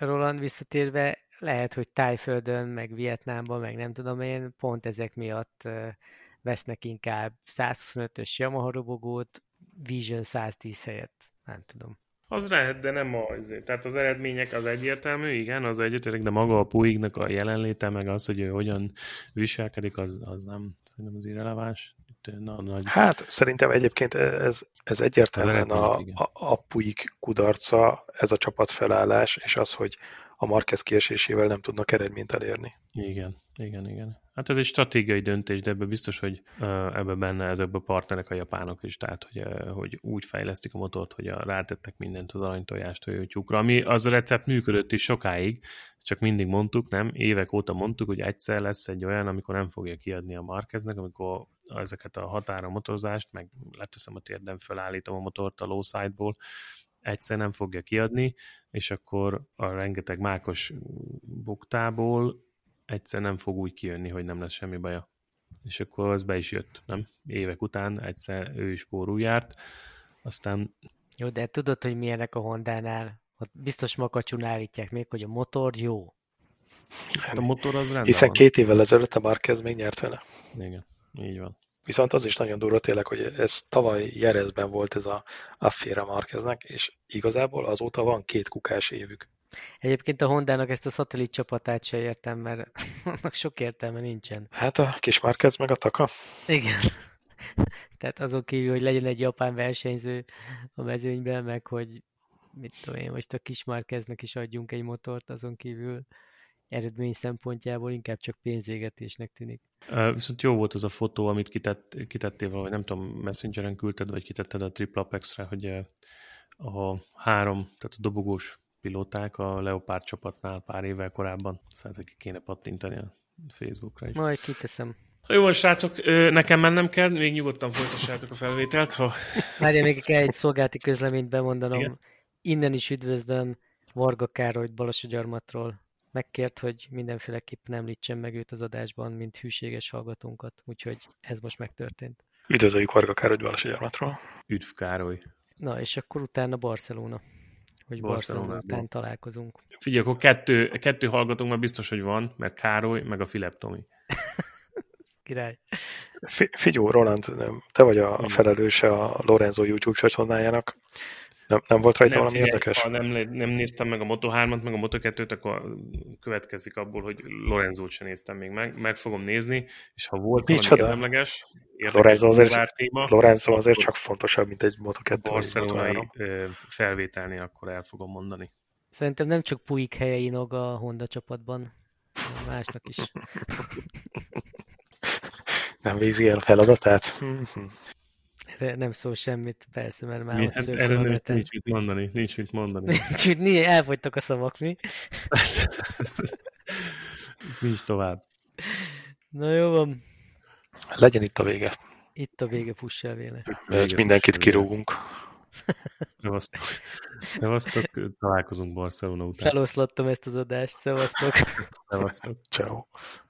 Roland, visszatérve, lehet, hogy Tájföldön, meg Vietnámban, meg nem tudom én, pont ezek miatt vesznek inkább százhuszonötös Yamaha robogót, Vision száztíz helyett. Nem tudom. Az lehet, de nem az. Tehát az eredmények az egyértelmű, igen, az egyértelmű, de maga a Puignak a jelenléte, meg az, hogy ő hogyan viselkedik, az, az nem, szerintem az irreleváns. Na, nagy... Hát szerintem egyébként ez, ez egyértelműen a, a, a Puig kudarca, ez a csapatfelállás, és az, hogy a Marquez kiesésével nem tudnak eredményt elérni. Igen, igen, igen. Hát ez egy stratégiai döntés, de ebben biztos, hogy uh, ebben benne ezekben a partnerek a japánok is, tehát hogy, uh, hogy úgy fejlesztik a motort, hogy a, rátettek mindent az aranytojást a tyúkra, ami az a recept működött is sokáig, csak mindig mondtuk, nem? Évek óta mondtuk, hogy egyszer lesz egy olyan, amikor nem fogja kiadni a Marqueznek, amikor ezeket a határa motorozást, meg leteszem a térdem, fölállítom a motort a low side-ból, egyszer nem fogja kiadni, és akkor a rengeteg mákos buktából egyszer nem fog úgy kijönni, hogy nem lesz semmi baja. És akkor az be is jött, nem? Évek után egyszer ő is pórul járt, aztán... Jó, de tudod, hogy milyenek a Hondánál? Ott biztos makacsul állítják még, hogy a motor jó. Hát a motor az rendben Hiszen van. két évvel ezelőtt a Marquez még nyert vele. Igen, így van. Viszont az is nagyon durva tényleg, hogy ez tavaly Jerezben volt ez a afféra Marqueznek, és igazából azóta van két kukás évük. Egyébként a Hondának ezt a szatellit csapatát se értem, mert annak sok értelme nincsen. Hát a kis Marquez meg a Taka. Igen. Tehát azon kívül, hogy legyen egy japán versenyző a mezőnyben, meg hogy mit tudom én, most a kis Marqueznek is adjunk egy motort, azon kívül eredmény szempontjából inkább csak pénzégetésnek tűnik. Uh, viszont jó volt az a fotó, amit kitett, kitettél valahogy, nem tudom, Messengeren küldted, vagy kitetted a Triple Apex-re, hogy a három, tehát a dobogós pilóták a Leopard csapatnál pár évvel korábban, szóval ki kéne pattintani a Facebookra is. Majd kiteszem. Jó, srácok, nekem mennem kell, még nyugodtan folytassátok a felvételt. Ha... Várja, még kell egy szolgálati közleményt bemondanom. Igen? Innen is üdvözlöm Varga Károlyt Balassagyarmatról. Megkért, hogy mindenféleképpen említsem meg őt az adásban, mint hűséges hallgatónkat. Úgyhogy ez most megtörtént. Üdvözöljük Varga Károlyt Balassagyarmatról. Üdv Károly. Na, és akkor utána Barcelona. Hogy Barcelona után találkozunk. Figyelj, akkor kettő, kettő hallgatónk már biztos, hogy van, mert Károly, meg a Filip Tomi. Király. Figyó, Roland, te vagy a felelőse a Lorenzo YouTube csatornájának. Nem, nem volt rajta nem, valami figyelj, érdekes? Ha nem, nem néztem meg a Moto hármat, meg a Moto kettőt, akkor következik abból, hogy Lorenzót sem néztem még meg. Meg fogom nézni, és ha volt valami érdemleges, Lorenzo azért, téma, Lorenzo azért csak fontosabb, mint egy Moto kettő. A barcelonai felvételnél akkor el fogom mondani. Szerintem nem csak Puig helye inog a Honda csapatban, másnak is. Nem végzi el a feladatát? Erre nem szól semmit, persze, mert már mi? ott Hát szörföl erre a nincs, neten. nincs mit mondani, nincs mit mondani. Nincs mit, nincs, elfogytak a szavak, mi? Nincs tovább. Na jó van. Legyen itt a vége. Itt a vége, fuss el véle. És mindenkit kirúgunk. Szevasztok. Szevasztok, találkozunk Barcelona után. Feloszlattam ezt az adást, szevasztok. Szevasztok. Ciao.